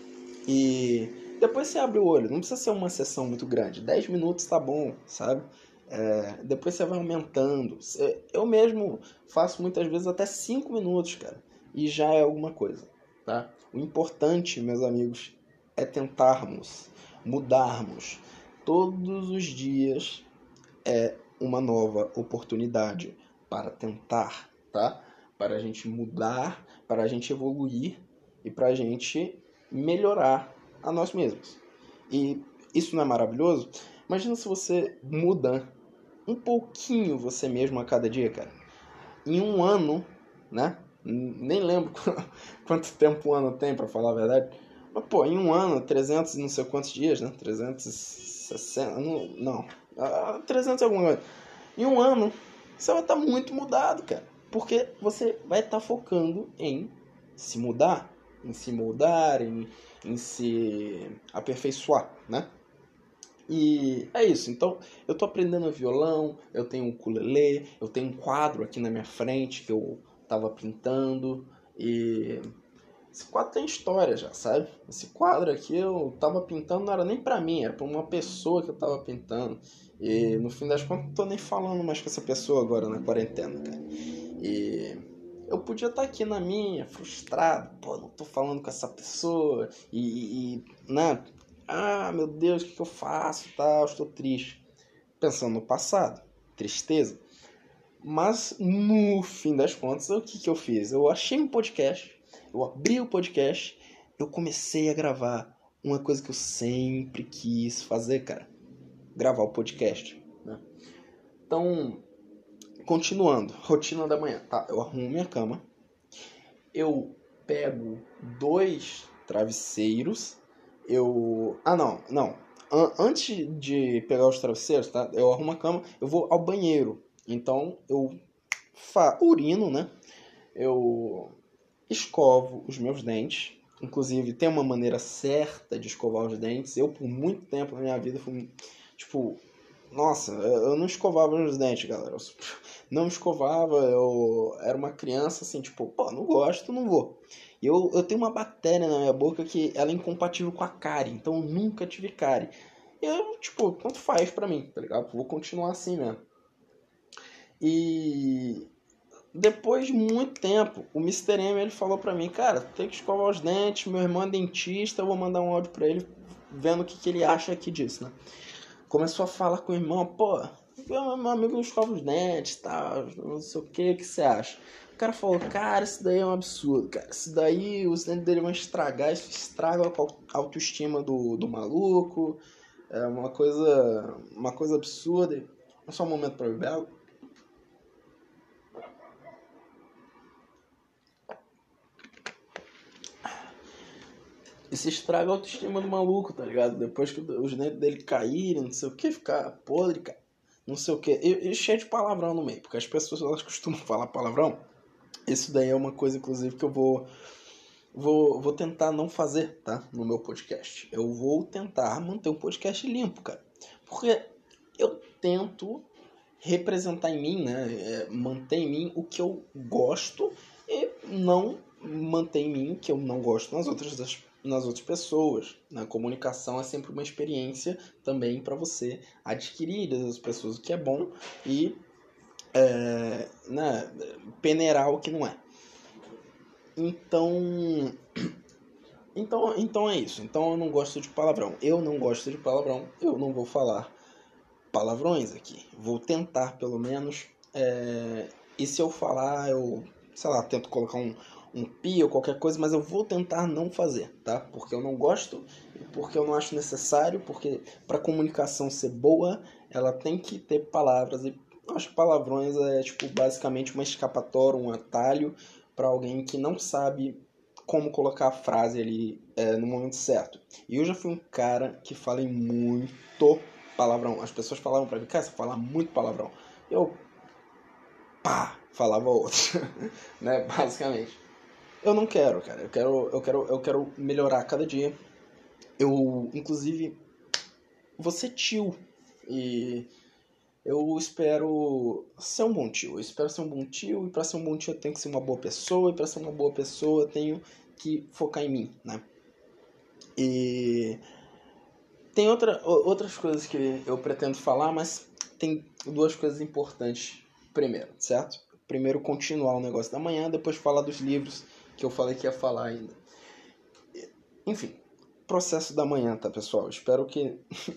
e depois você abre o olho. Não precisa ser uma sessão muito grande. 10 minutos tá bom, sabe? Depois você vai aumentando. Eu mesmo faço muitas vezes até 5 minutos, cara. E já é alguma coisa, tá? O importante, meus amigos, é tentarmos, mudarmos. Todos os dias uma nova oportunidade para tentar, tá? Para a gente mudar, para a gente evoluir e para a gente melhorar a nós mesmos. E isso não é maravilhoso? Imagina se você muda um pouquinho você mesmo a cada dia, cara. Em um ano, né? Nem lembro quanto tempo um ano tem, para falar a verdade. Mas, pô, em um ano, 300 e não sei quantos dias, né? 360... Não. 300 e alguma coisa. Em um ano, você vai estar muito mudado, cara. Porque você vai estar focando em se mudar, em se moldar, em se aperfeiçoar, né? E é isso. Então, eu tô aprendendo violão, eu tenho um ukulele, eu tenho um quadro aqui na minha frente que eu tava pintando. E esse quadro tem história já, sabe? Esse quadro aqui eu tava pintando, não era nem pra mim, era pra uma pessoa que eu tava pintando. E no fim das contas, não tô nem falando mais com essa pessoa agora na quarentena, cara. E eu podia estar aqui na minha, frustrado, pô, não tô falando com essa pessoa, né? Ah, meu Deus, o que eu faço? Tá, estou triste. Pensando no passado, tristeza. Mas, no fim das contas, o que eu fiz? Eu achei um podcast, eu abri o podcast, eu comecei a gravar uma coisa que eu sempre quis fazer, cara. Gravar o podcast, né? Então, continuando, rotina da manhã, tá? Eu arrumo minha cama, eu pego 2 travesseiros, antes de pegar os travesseiros, tá? Eu arrumo a cama, eu vou ao banheiro. Então eu urino, né? eu escovo os meus dentes. Inclusive, tem uma maneira certa de escovar os dentes. Eu, por muito tempo na minha vida, fui, tipo... Nossa, eu não escovava os dentes, galera. Eu não escovava, eu era uma criança assim, tipo... Pô, não gosto, não vou. E eu tenho uma bactéria na minha boca que ela é incompatível com a cárie. Então, eu nunca tive cárie. E eu, tipo, tanto faz pra mim, tá ligado? Vou continuar assim mesmo. E... Depois de muito tempo, o Mr. M ele falou pra mim, cara, tem que escovar os dentes, meu irmão é dentista, eu vou mandar um áudio pra ele vendo o que ele acha aqui disso, né? Começou a falar com o irmão, pô, meu amigo não escova os dentes, tal, não sei o que você acha? O cara falou, cara, isso daí é um absurdo, cara, isso daí os dentes dele vão estragar, isso estraga a autoestima do maluco, é uma coisa absurda. Só um momento pra beber água. Isso estraga a autoestima do maluco, tá ligado? Depois que os dentes dele caírem, não sei o que, ficar podre, cara. Não sei o que. E cheio de palavrão no meio, porque as pessoas elas costumam falar palavrão. Isso daí é uma coisa, inclusive, que eu vou tentar não fazer, tá? No meu podcast. Eu vou tentar manter um podcast limpo, cara. Porque eu tento representar em mim, né? Manter em mim o que eu gosto e não manter em mim o que eu não gosto nas outras pessoas. Na comunicação é sempre uma experiência também para você adquirir das pessoas o que é bom e né, peneirar o que não é. Então é isso. Então eu não gosto de palavrão. Eu não gosto de palavrão. Eu não vou falar palavrões aqui. Vou tentar, pelo menos. E se eu falar, eu, sei lá, tento colocar um pi ou qualquer coisa, mas eu vou tentar não fazer, tá? Porque eu não gosto, porque eu não acho necessário, porque para comunicação ser boa, ela tem que ter palavras. E eu acho que palavrões é, tipo, basicamente uma escapatória, um atalho para alguém que não sabe como colocar a frase ali no momento certo. E eu já fui um cara que falei muito palavrão. As pessoas falavam pra mim, cara, você fala muito palavrão. Eu, pá, falava outro, né, basicamente. Eu não quero, cara. Eu quero melhorar a cada dia. Eu, inclusive, vou ser tio. E eu espero ser um bom tio. Eu espero ser um bom tio. E pra ser um bom tio eu tenho que ser uma boa pessoa. E pra ser uma boa pessoa eu tenho que focar em mim, né? E tem outras coisas que eu pretendo falar, mas tem duas coisas importantes primeiro, certo? Primeiro continuar o negócio da manhã, depois falar dos livros que eu falei que ia falar ainda. Enfim, processo da manhã, tá, pessoal? Eu espero que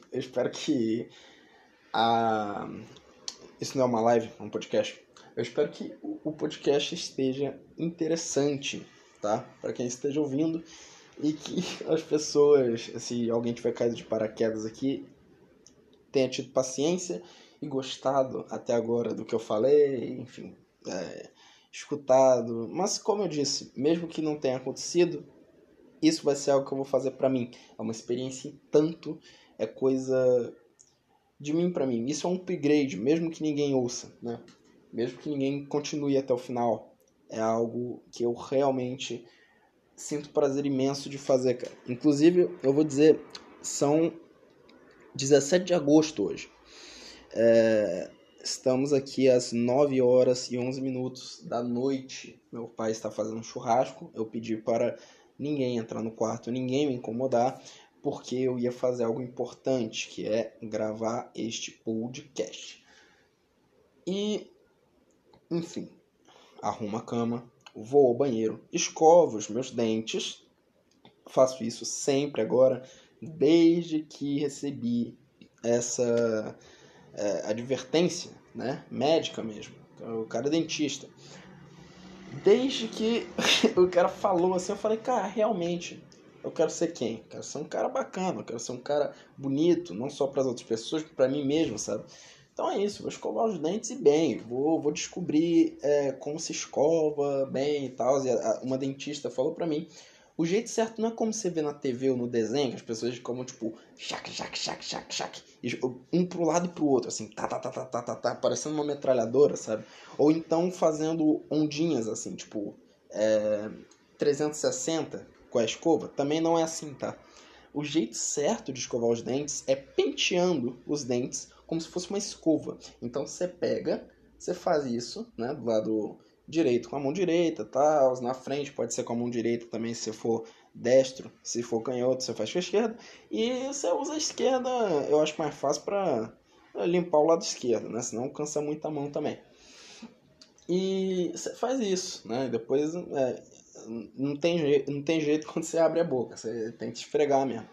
isso não é uma live, é um podcast. Eu espero que o podcast esteja interessante, tá? Para quem esteja ouvindo e que as pessoas, se alguém tiver caído de paraquedas aqui, tenha tido paciência e gostado até agora do que eu falei, enfim, escutado. Mas como eu disse, mesmo que não tenha acontecido, isso vai ser algo que eu vou fazer pra mim. É uma experiência em tanto, é coisa de mim pra mim. Isso é um upgrade, mesmo que ninguém ouça, né? Mesmo que ninguém continue até o final. É algo que eu realmente sinto prazer imenso de fazer, cara. Inclusive, eu vou dizer, são 17 de agosto hoje. Estamos aqui às 9 horas e 11 minutos da noite. Meu pai está fazendo um churrasco. Eu pedi para ninguém entrar no quarto, ninguém me incomodar, porque eu ia fazer algo importante, que é gravar este podcast. E, enfim, arrumo a cama, vou ao banheiro, escovo os meus dentes. Faço isso sempre agora, desde que recebi essa advertência, né, médica mesmo. O cara é dentista. Desde que o cara falou assim, eu falei, cara, realmente, eu quero ser quem? Eu quero ser um cara bacana, eu quero ser um cara bonito, não só para as outras pessoas, mas para mim mesmo, sabe? Então é isso, vou escovar os dentes e bem, vou descobrir como se escova bem e tal. E uma dentista falou pra mim, O jeito certo não é como você vê na TV ou no desenho, que as pessoas comem, tipo, chac, um pro lado e pro outro, assim, tá, parecendo uma metralhadora, sabe? Ou então fazendo ondinhas, assim, tipo, 360 com a escova. Também não é assim, tá? O jeito certo de escovar os dentes é penteando os dentes como se fosse uma escova. Então você pega, você faz isso, né, do lado direito com a mão direita, tal, na frente pode ser com a mão direita também, se for destro, se for canhoto, você faz com a esquerda, e você usa a esquerda, eu acho mais fácil para limpar o lado esquerdo, né, senão cansa muito a mão também. E você faz isso, né, depois não tem jeito quando você abre a boca, você tem que esfregar mesmo.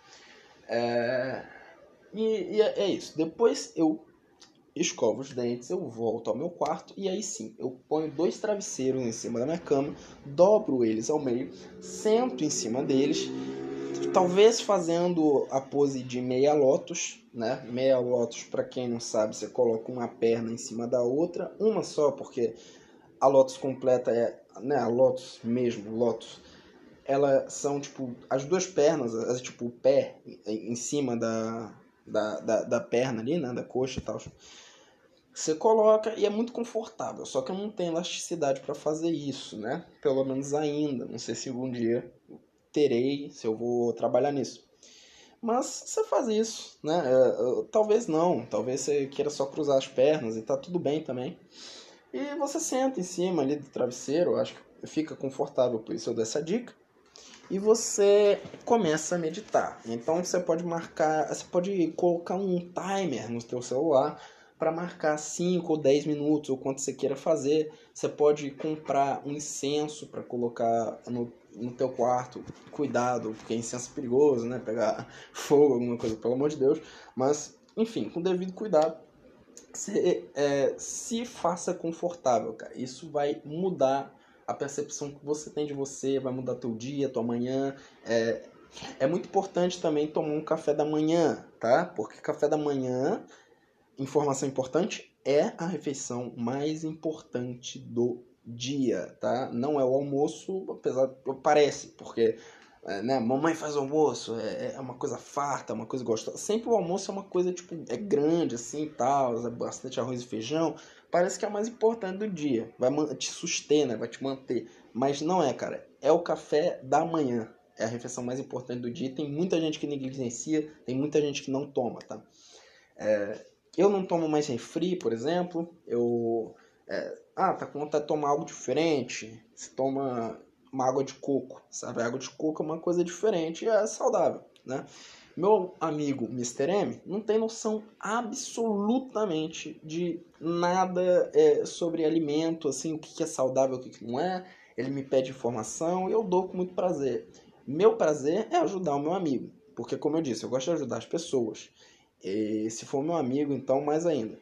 E é isso. Depois eu escovo os dentes, eu volto ao meu quarto e aí sim, eu ponho 2 travesseiros em cima da minha cama, dobro eles ao meio, sento em cima deles, talvez fazendo a pose de meia lótus, né? Meia lótus, para quem não sabe, você coloca uma perna em cima da outra, uma só, porque a lótus completa né, a lótus mesmo, lótus, elas são tipo as 2 pernas, tipo o pé em cima da perna ali, né, da coxa e tal. Você coloca e é muito confortável, só que eu não tenho elasticidade para fazer isso, né? Pelo menos ainda. Não sei se algum dia terei, se eu vou trabalhar nisso. Mas você faz isso, né? Talvez não, talvez você queira só cruzar as pernas e tá tudo bem também. E você senta em cima ali do travesseiro, acho que fica confortável, por isso eu dou essa dica. E você começa a meditar. Então você pode colocar um timer no seu celular para marcar 5 ou 10 minutos, ou quanto você queira fazer. Você pode comprar um incenso para colocar no teu quarto. Cuidado, porque incenso é perigoso, né? Pegar fogo, alguma coisa, pelo amor de Deus. Mas, enfim, com devido cuidado, se faça confortável, cara. Isso vai mudar a percepção que você tem de você, vai mudar teu dia, tua manhã. É muito importante também tomar um café da manhã, tá? Porque café da manhã, informação importante, é a refeição mais importante do dia, tá? Não é o almoço, apesar que parece, porque né, mamãe faz almoço, é uma coisa farta, é uma coisa gostosa. Sempre o almoço é uma coisa, tipo, é grande assim e tal, é bastante arroz e feijão. Parece que é a mais importante do dia, te sustenta, vai te manter. Mas não é, cara, é o café da manhã. É a refeição mais importante do dia. Tem muita gente que negligencia, tem muita gente que não toma, tá? Eu não tomo mais refri, por exemplo. Tá com vontade de tomar algo diferente. Você toma uma água de coco, sabe? A água de coco é uma coisa diferente e é saudável, né? Meu amigo Mr. M não tem noção absolutamente de nada sobre alimento, assim, o que é saudável, o que não é. Ele me pede informação e eu dou com muito prazer. Meu prazer é ajudar o meu amigo, porque, como eu disse, eu gosto de ajudar as pessoas. E se for meu amigo, então mais ainda.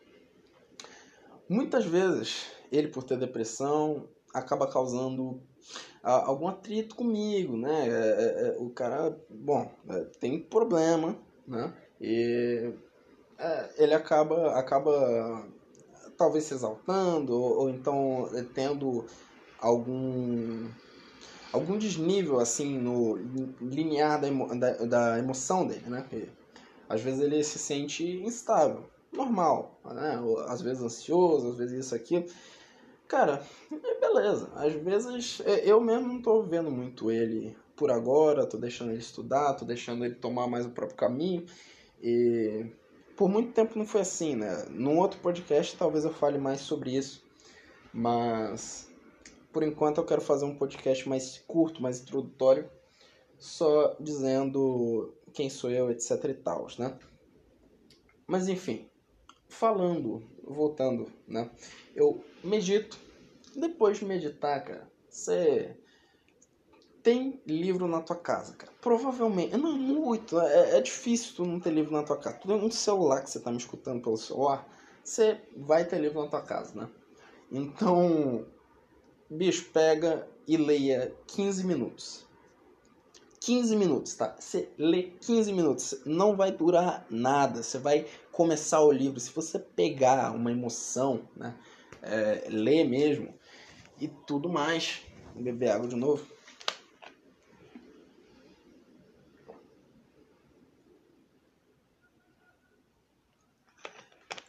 Muitas vezes, ele por ter depressão, acaba causando algum atrito comigo, né? O cara, bom, tem problema, né? E ele acaba talvez se exaltando, ou então tendo algum desnível, assim, no linear da emoção dele, né? Porque às vezes ele se sente instável, normal, né? Às vezes ansioso, às vezes isso aqui. Cara, beleza. Às vezes eu mesmo não tô vendo muito ele por agora, tô deixando ele estudar, tô deixando ele tomar mais o próprio caminho. E por muito tempo não foi assim, né? Num outro podcast talvez eu fale mais sobre isso, mas por enquanto eu quero fazer um podcast mais curto, mais introdutório, só dizendo quem sou eu, etc e tal, né? Mas enfim, voltando, né? Eu medito. Depois de meditar, cara, você tem livro na tua casa, cara. Provavelmente, não muito, é difícil tu não ter livro na tua casa. Tu tem um celular que você tá me escutando pelo celular, você vai ter livro na tua casa, né? Então, bicho, pega e leia 15 minutos. 15 minutos, tá? Você lê 15 minutos, não vai durar nada. Você vai começar o livro, se você pegar uma emoção, né? Ler mesmo e tudo mais. Beber água de novo.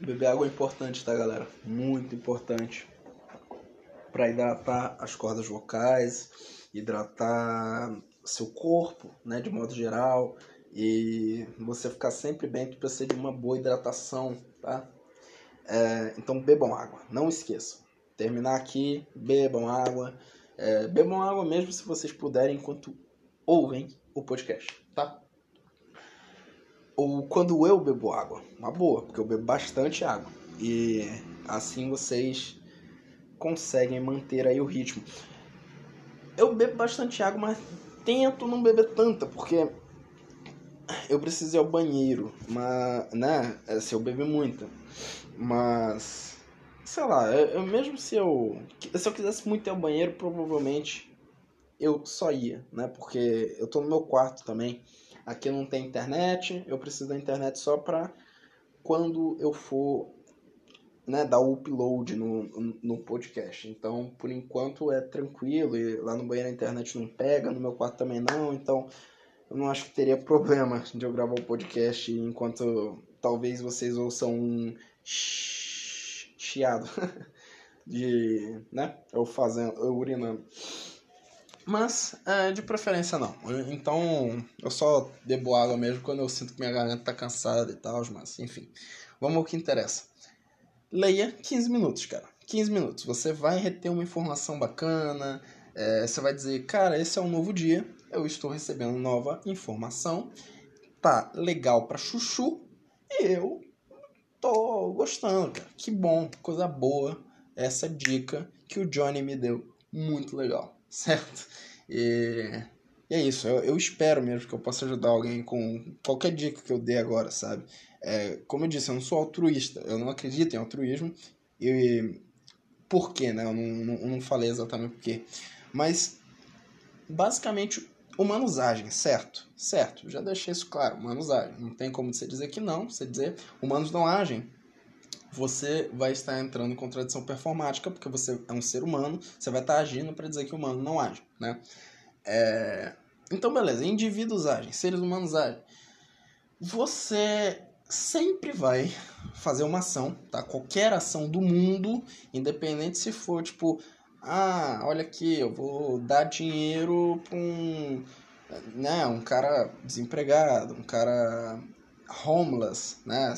Beber água é importante, tá, galera? Muito importante para hidratar as cordas vocais, hidratar seu corpo, né, de modo geral, e você ficar sempre bem, tu precisa de uma boa hidratação, tá? Então bebam água, não esqueçam. Terminar aqui, bebam água. Bebam água mesmo se vocês puderem enquanto ouvem o podcast, tá? Ou quando eu bebo água, uma boa, porque eu bebo bastante água. E assim vocês conseguem manter aí o ritmo. Eu bebo bastante água, mas tento não beber tanta, porque eu preciso ir ao banheiro, mas, né, se eu beber muita. Mas, sei lá, mesmo se eu quisesse muito ir ao banheiro, provavelmente eu só ia, né, porque eu tô no meu quarto também. Aqui não tem internet, eu preciso da internet só pra quando eu for, né, dar o upload no podcast. Então, por enquanto é tranquilo, e lá no banheiro a internet não pega, no meu quarto também não, então eu não acho que teria problema de eu gravar o podcast enquanto talvez vocês ouçam um chiado de, né, eu urinando. Mas, de preferência não. Então, eu só bebo água mesmo quando eu sinto que minha garganta tá cansada e tal, mas enfim. Vamos ao que interessa. Leia 15 minutos, cara. 15 minutos. Você vai reter uma informação bacana. Você vai dizer, cara, esse é um novo dia. Eu estou recebendo nova informação. Tá legal pra chuchu. E eu tô gostando, cara. Que bom, coisa boa. Essa dica que o Johnny me deu. Muito legal, certo? E é isso. Eu espero mesmo que eu possa ajudar alguém com qualquer dica que eu dê agora, sabe? Como eu disse, eu não sou altruísta. Eu não acredito em altruísmo. E por quê, né? Eu não falei exatamente por quê. Mas, basicamente, humanos agem, certo? Certo, já deixei isso claro. Humanos agem. Não tem como você dizer que não. Você dizer humanos não agem, você vai estar entrando em contradição performática, porque você é um ser humano, você vai estar agindo para dizer que o humano não age, né? Então, beleza, indivíduos agem, seres humanos agem. Você sempre vai fazer uma ação, tá? Qualquer ação do mundo, independente se for, tipo, olha aqui, eu vou dar dinheiro para um cara desempregado, um cara homeless, né?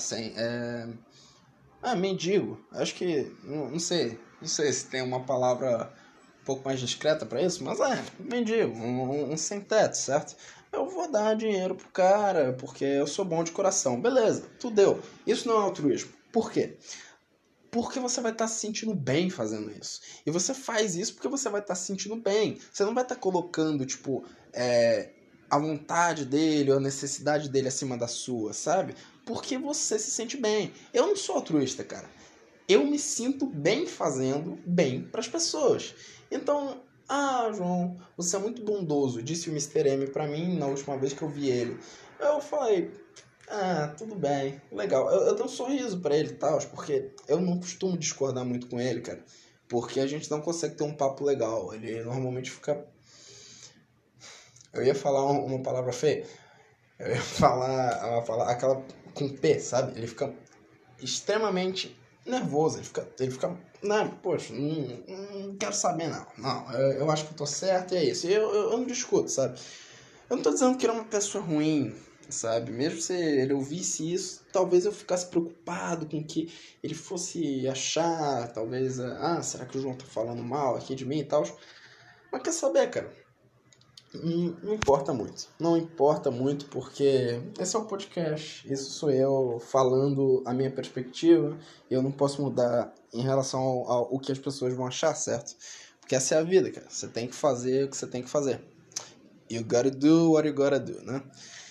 Mendigo. Acho que, não sei se tem uma palavra um pouco mais discreta para isso, mas mendigo, um sem teto, certo? Eu vou dar dinheiro pro cara porque eu sou bom de coração. Beleza, tu deu. Isso não é altruísmo. Por quê? Porque você vai estar se sentindo bem fazendo isso. E você faz isso porque você vai estar se sentindo bem. Você não vai estar colocando, tipo, a vontade dele ou a necessidade dele acima da sua, sabe? Porque você se sente bem. Eu não sou altruísta, cara. Eu me sinto bem fazendo bem para as pessoas. Então, João, você é muito bondoso, disse o Mr. M pra mim na última vez que eu vi ele. Eu falei, tudo bem, legal. Eu dei um sorriso pra ele e tal, porque eu não costumo discordar muito com ele, cara. Porque a gente não consegue ter um papo legal. Ele normalmente fica... Eu ia falar uma palavra feia. Eu ia falar aquela com P, sabe? Ele fica extremamente nervoso. Ele fica poxa, não quero saber não. Não, eu acho que eu tô certo e é isso. Eu não discuto, sabe? Eu não tô dizendo que ele é uma pessoa ruim, sabe? Mesmo se ele ouvisse isso, talvez eu ficasse preocupado com o que ele fosse achar, talvez, será que o João tá falando mal aqui de mim e tal? Mas quer saber, cara? Não importa muito. Não importa muito porque esse é um podcast. Isso sou eu falando a minha perspectiva. Eu não posso mudar em relação ao que as pessoas vão achar, certo? Porque essa é a vida, cara. Você tem que fazer o que você tem que fazer. You gotta do what you gotta do, né?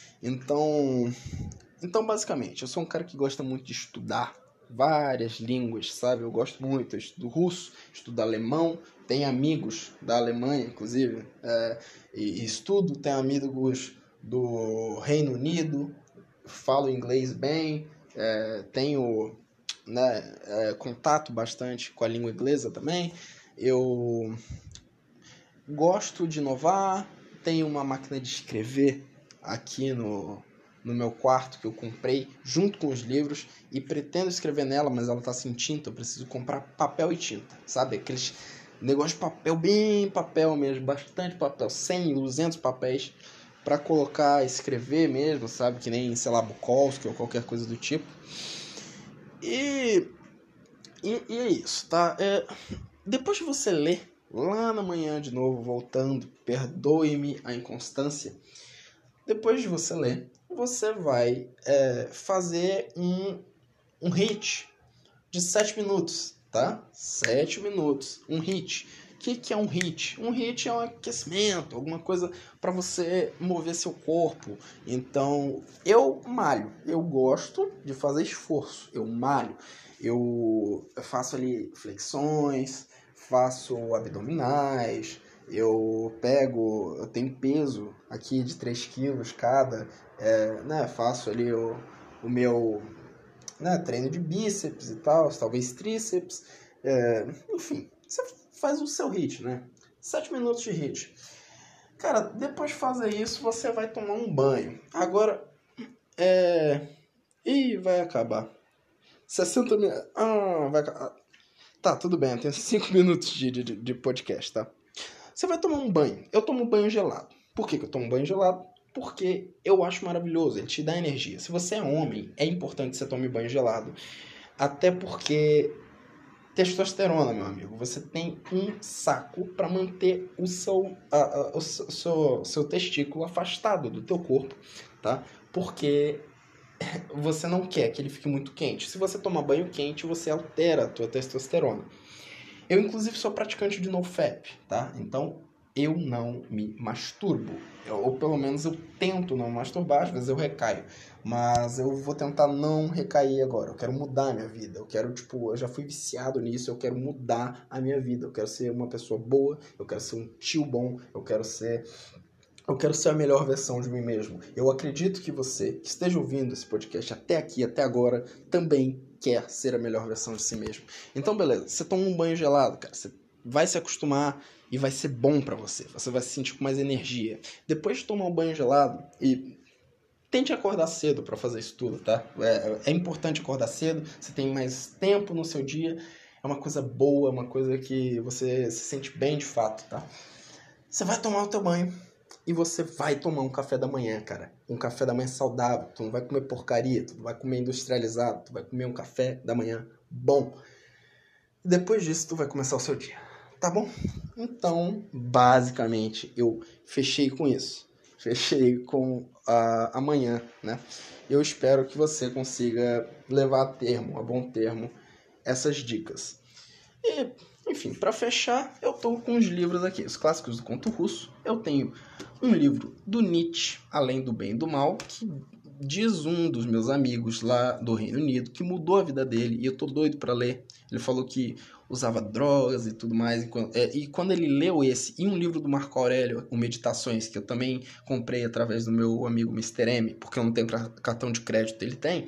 Então, basicamente, eu sou um cara que gosta muito de estudar várias línguas, sabe? Eu gosto muito. Eu estudo russo, estudo alemão, tenho amigos da Alemanha, inclusive, e estudo, tenho amigos do Reino Unido, falo inglês bem, tenho contato bastante com a língua inglesa também. Eu gosto de inovar, tenho uma máquina de escrever aqui no no meu quarto que eu comprei junto com os livros e pretendo escrever nela, mas ela tá sem tinta, eu preciso comprar papel e tinta, sabe? Aqueles negócio de papel, bem papel mesmo, bastante papel, 100, 200 papéis para colocar, escrever mesmo, sabe? Que nem, sei lá, Bukowski ou qualquer coisa do tipo. E é isso, tá? Depois de você ler lá na manhã de novo, voltando, perdoe-me a inconstância. Depois de você ler, você vai fazer um hit de 7 minutos, tá? 7 minutos, um hit. O que é um hit? Um hit é um aquecimento, alguma coisa para você mover seu corpo. Então, eu malho, eu gosto de fazer esforço, eu malho. Eu faço ali flexões, faço abdominais, eu tenho peso aqui de 3 quilos cada, faço ali o meu treino de bíceps e tal, talvez tríceps, enfim, você faz o seu hit, né? 7 minutos de hit. Cara, depois de fazer isso, você vai tomar um banho. Agora, vai acabar. 60 minutos. Vai acabar. Tá, tudo bem, eu tenho 5 minutos de podcast, tá? Você vai tomar um banho. Eu tomo banho gelado. Por que eu tomo banho gelado? Porque eu acho maravilhoso, ele te dá energia. Se você é homem, é importante que você tome banho gelado. Até porque testosterona, meu amigo, você tem um saco para manter o seu testículo afastado do teu corpo, tá? Porque você não quer que ele fique muito quente. Se você tomar banho quente, você altera a tua testosterona. Eu, inclusive, sou praticante de NoFap, tá? Então, eu não me masturbo. Ou pelo menos eu tento não masturbar, às vezes eu recaio. Mas eu vou tentar não recair agora. Eu quero mudar a minha vida. Eu já fui viciado nisso, eu quero mudar a minha vida. Eu quero ser uma pessoa boa, eu quero ser um tio bom, eu quero ser a melhor versão de mim mesmo. Eu acredito que você, que esteja ouvindo esse podcast até aqui, até agora, também quer ser a melhor versão de si mesmo. Então, beleza, você toma um banho gelado, cara, você vai se acostumar e vai ser bom pra você. Você vai se sentir com mais energia. Depois de tomar um banho gelado, e tente acordar cedo pra fazer isso tudo, tá? É importante acordar cedo, você tem mais tempo no seu dia, é uma coisa boa, é uma coisa que você se sente bem de fato, tá? Você vai tomar o teu banho e você vai tomar um café da manhã, cara. Um café da manhã saudável. Tu não vai comer porcaria, tu não vai comer industrializado, tu vai comer um café da manhã bom. Depois disso, tu vai começar o seu dia, tá bom? Então, basicamente, eu fechei com isso. Fechei com a manhã, né? Eu espero que você consiga levar a bom termo, essas dicas. E, enfim, para fechar, eu tô com os livros aqui, os clássicos do conto russo. Eu tenho um livro do Nietzsche, Além do Bem e do Mal, que diz um dos meus amigos lá do Reino Unido, que mudou a vida dele, e eu tô doido para ler. Ele falou que usava drogas e tudo mais, e quando ele leu esse, e um livro do Marco Aurélio, o Meditações, que eu também comprei através do meu amigo Mr. M, porque eu não tenho cartão de crédito, ele tem,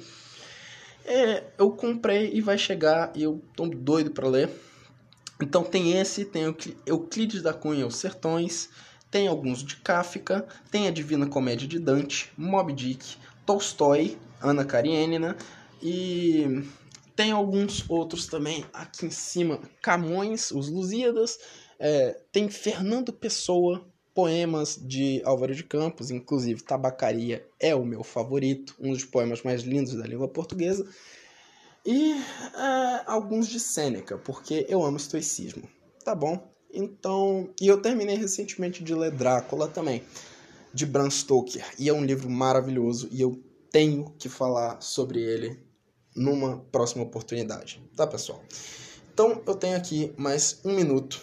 eu comprei e vai chegar, e eu tô doido para ler. Então tem Euclides da Cunha, Os Sertões, tem alguns de Kafka, tem a Divina Comédia de Dante, Moby Dick, Tolstói, Ana Karenina, e tem alguns outros também aqui em cima, Camões, Os Lusíadas, tem Fernando Pessoa, poemas de Álvaro de Campos, inclusive Tabacaria é o meu favorito, um dos poemas mais lindos da língua portuguesa, e alguns de Sêneca, porque eu amo estoicismo, tá bom? Então, e eu terminei recentemente de ler Drácula também, de Bram Stoker, e é um livro maravilhoso, e eu tenho que falar sobre ele numa próxima oportunidade, tá, pessoal? Então, eu tenho aqui mais 1 minuto,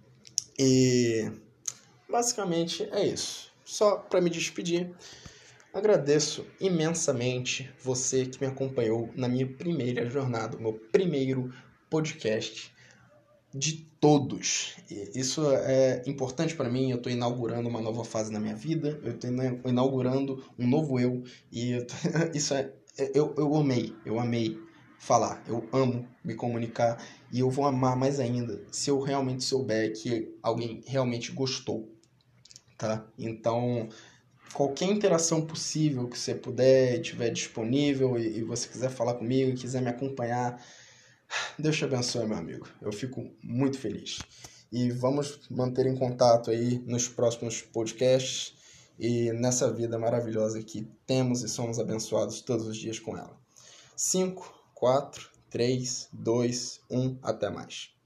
e basicamente é isso. Só para me despedir, agradeço imensamente você que me acompanhou na minha primeira jornada, meu primeiro podcast de todos. Isso é importante para mim, eu estou inaugurando uma nova fase na minha vida, eu estou inaugurando um novo eu, e isso eu amei falar, eu amo me comunicar, e eu vou amar mais ainda se eu realmente souber que alguém realmente gostou, tá? Então, qualquer interação possível que você puder, estiver disponível e você quiser falar comigo, e quiser me acompanhar, Deus te abençoe, meu amigo. Eu fico muito feliz. E vamos manter em contato aí nos próximos podcasts e nessa vida maravilhosa que temos e somos abençoados todos os dias com ela. 5, 4, 3, 2, 1, até mais.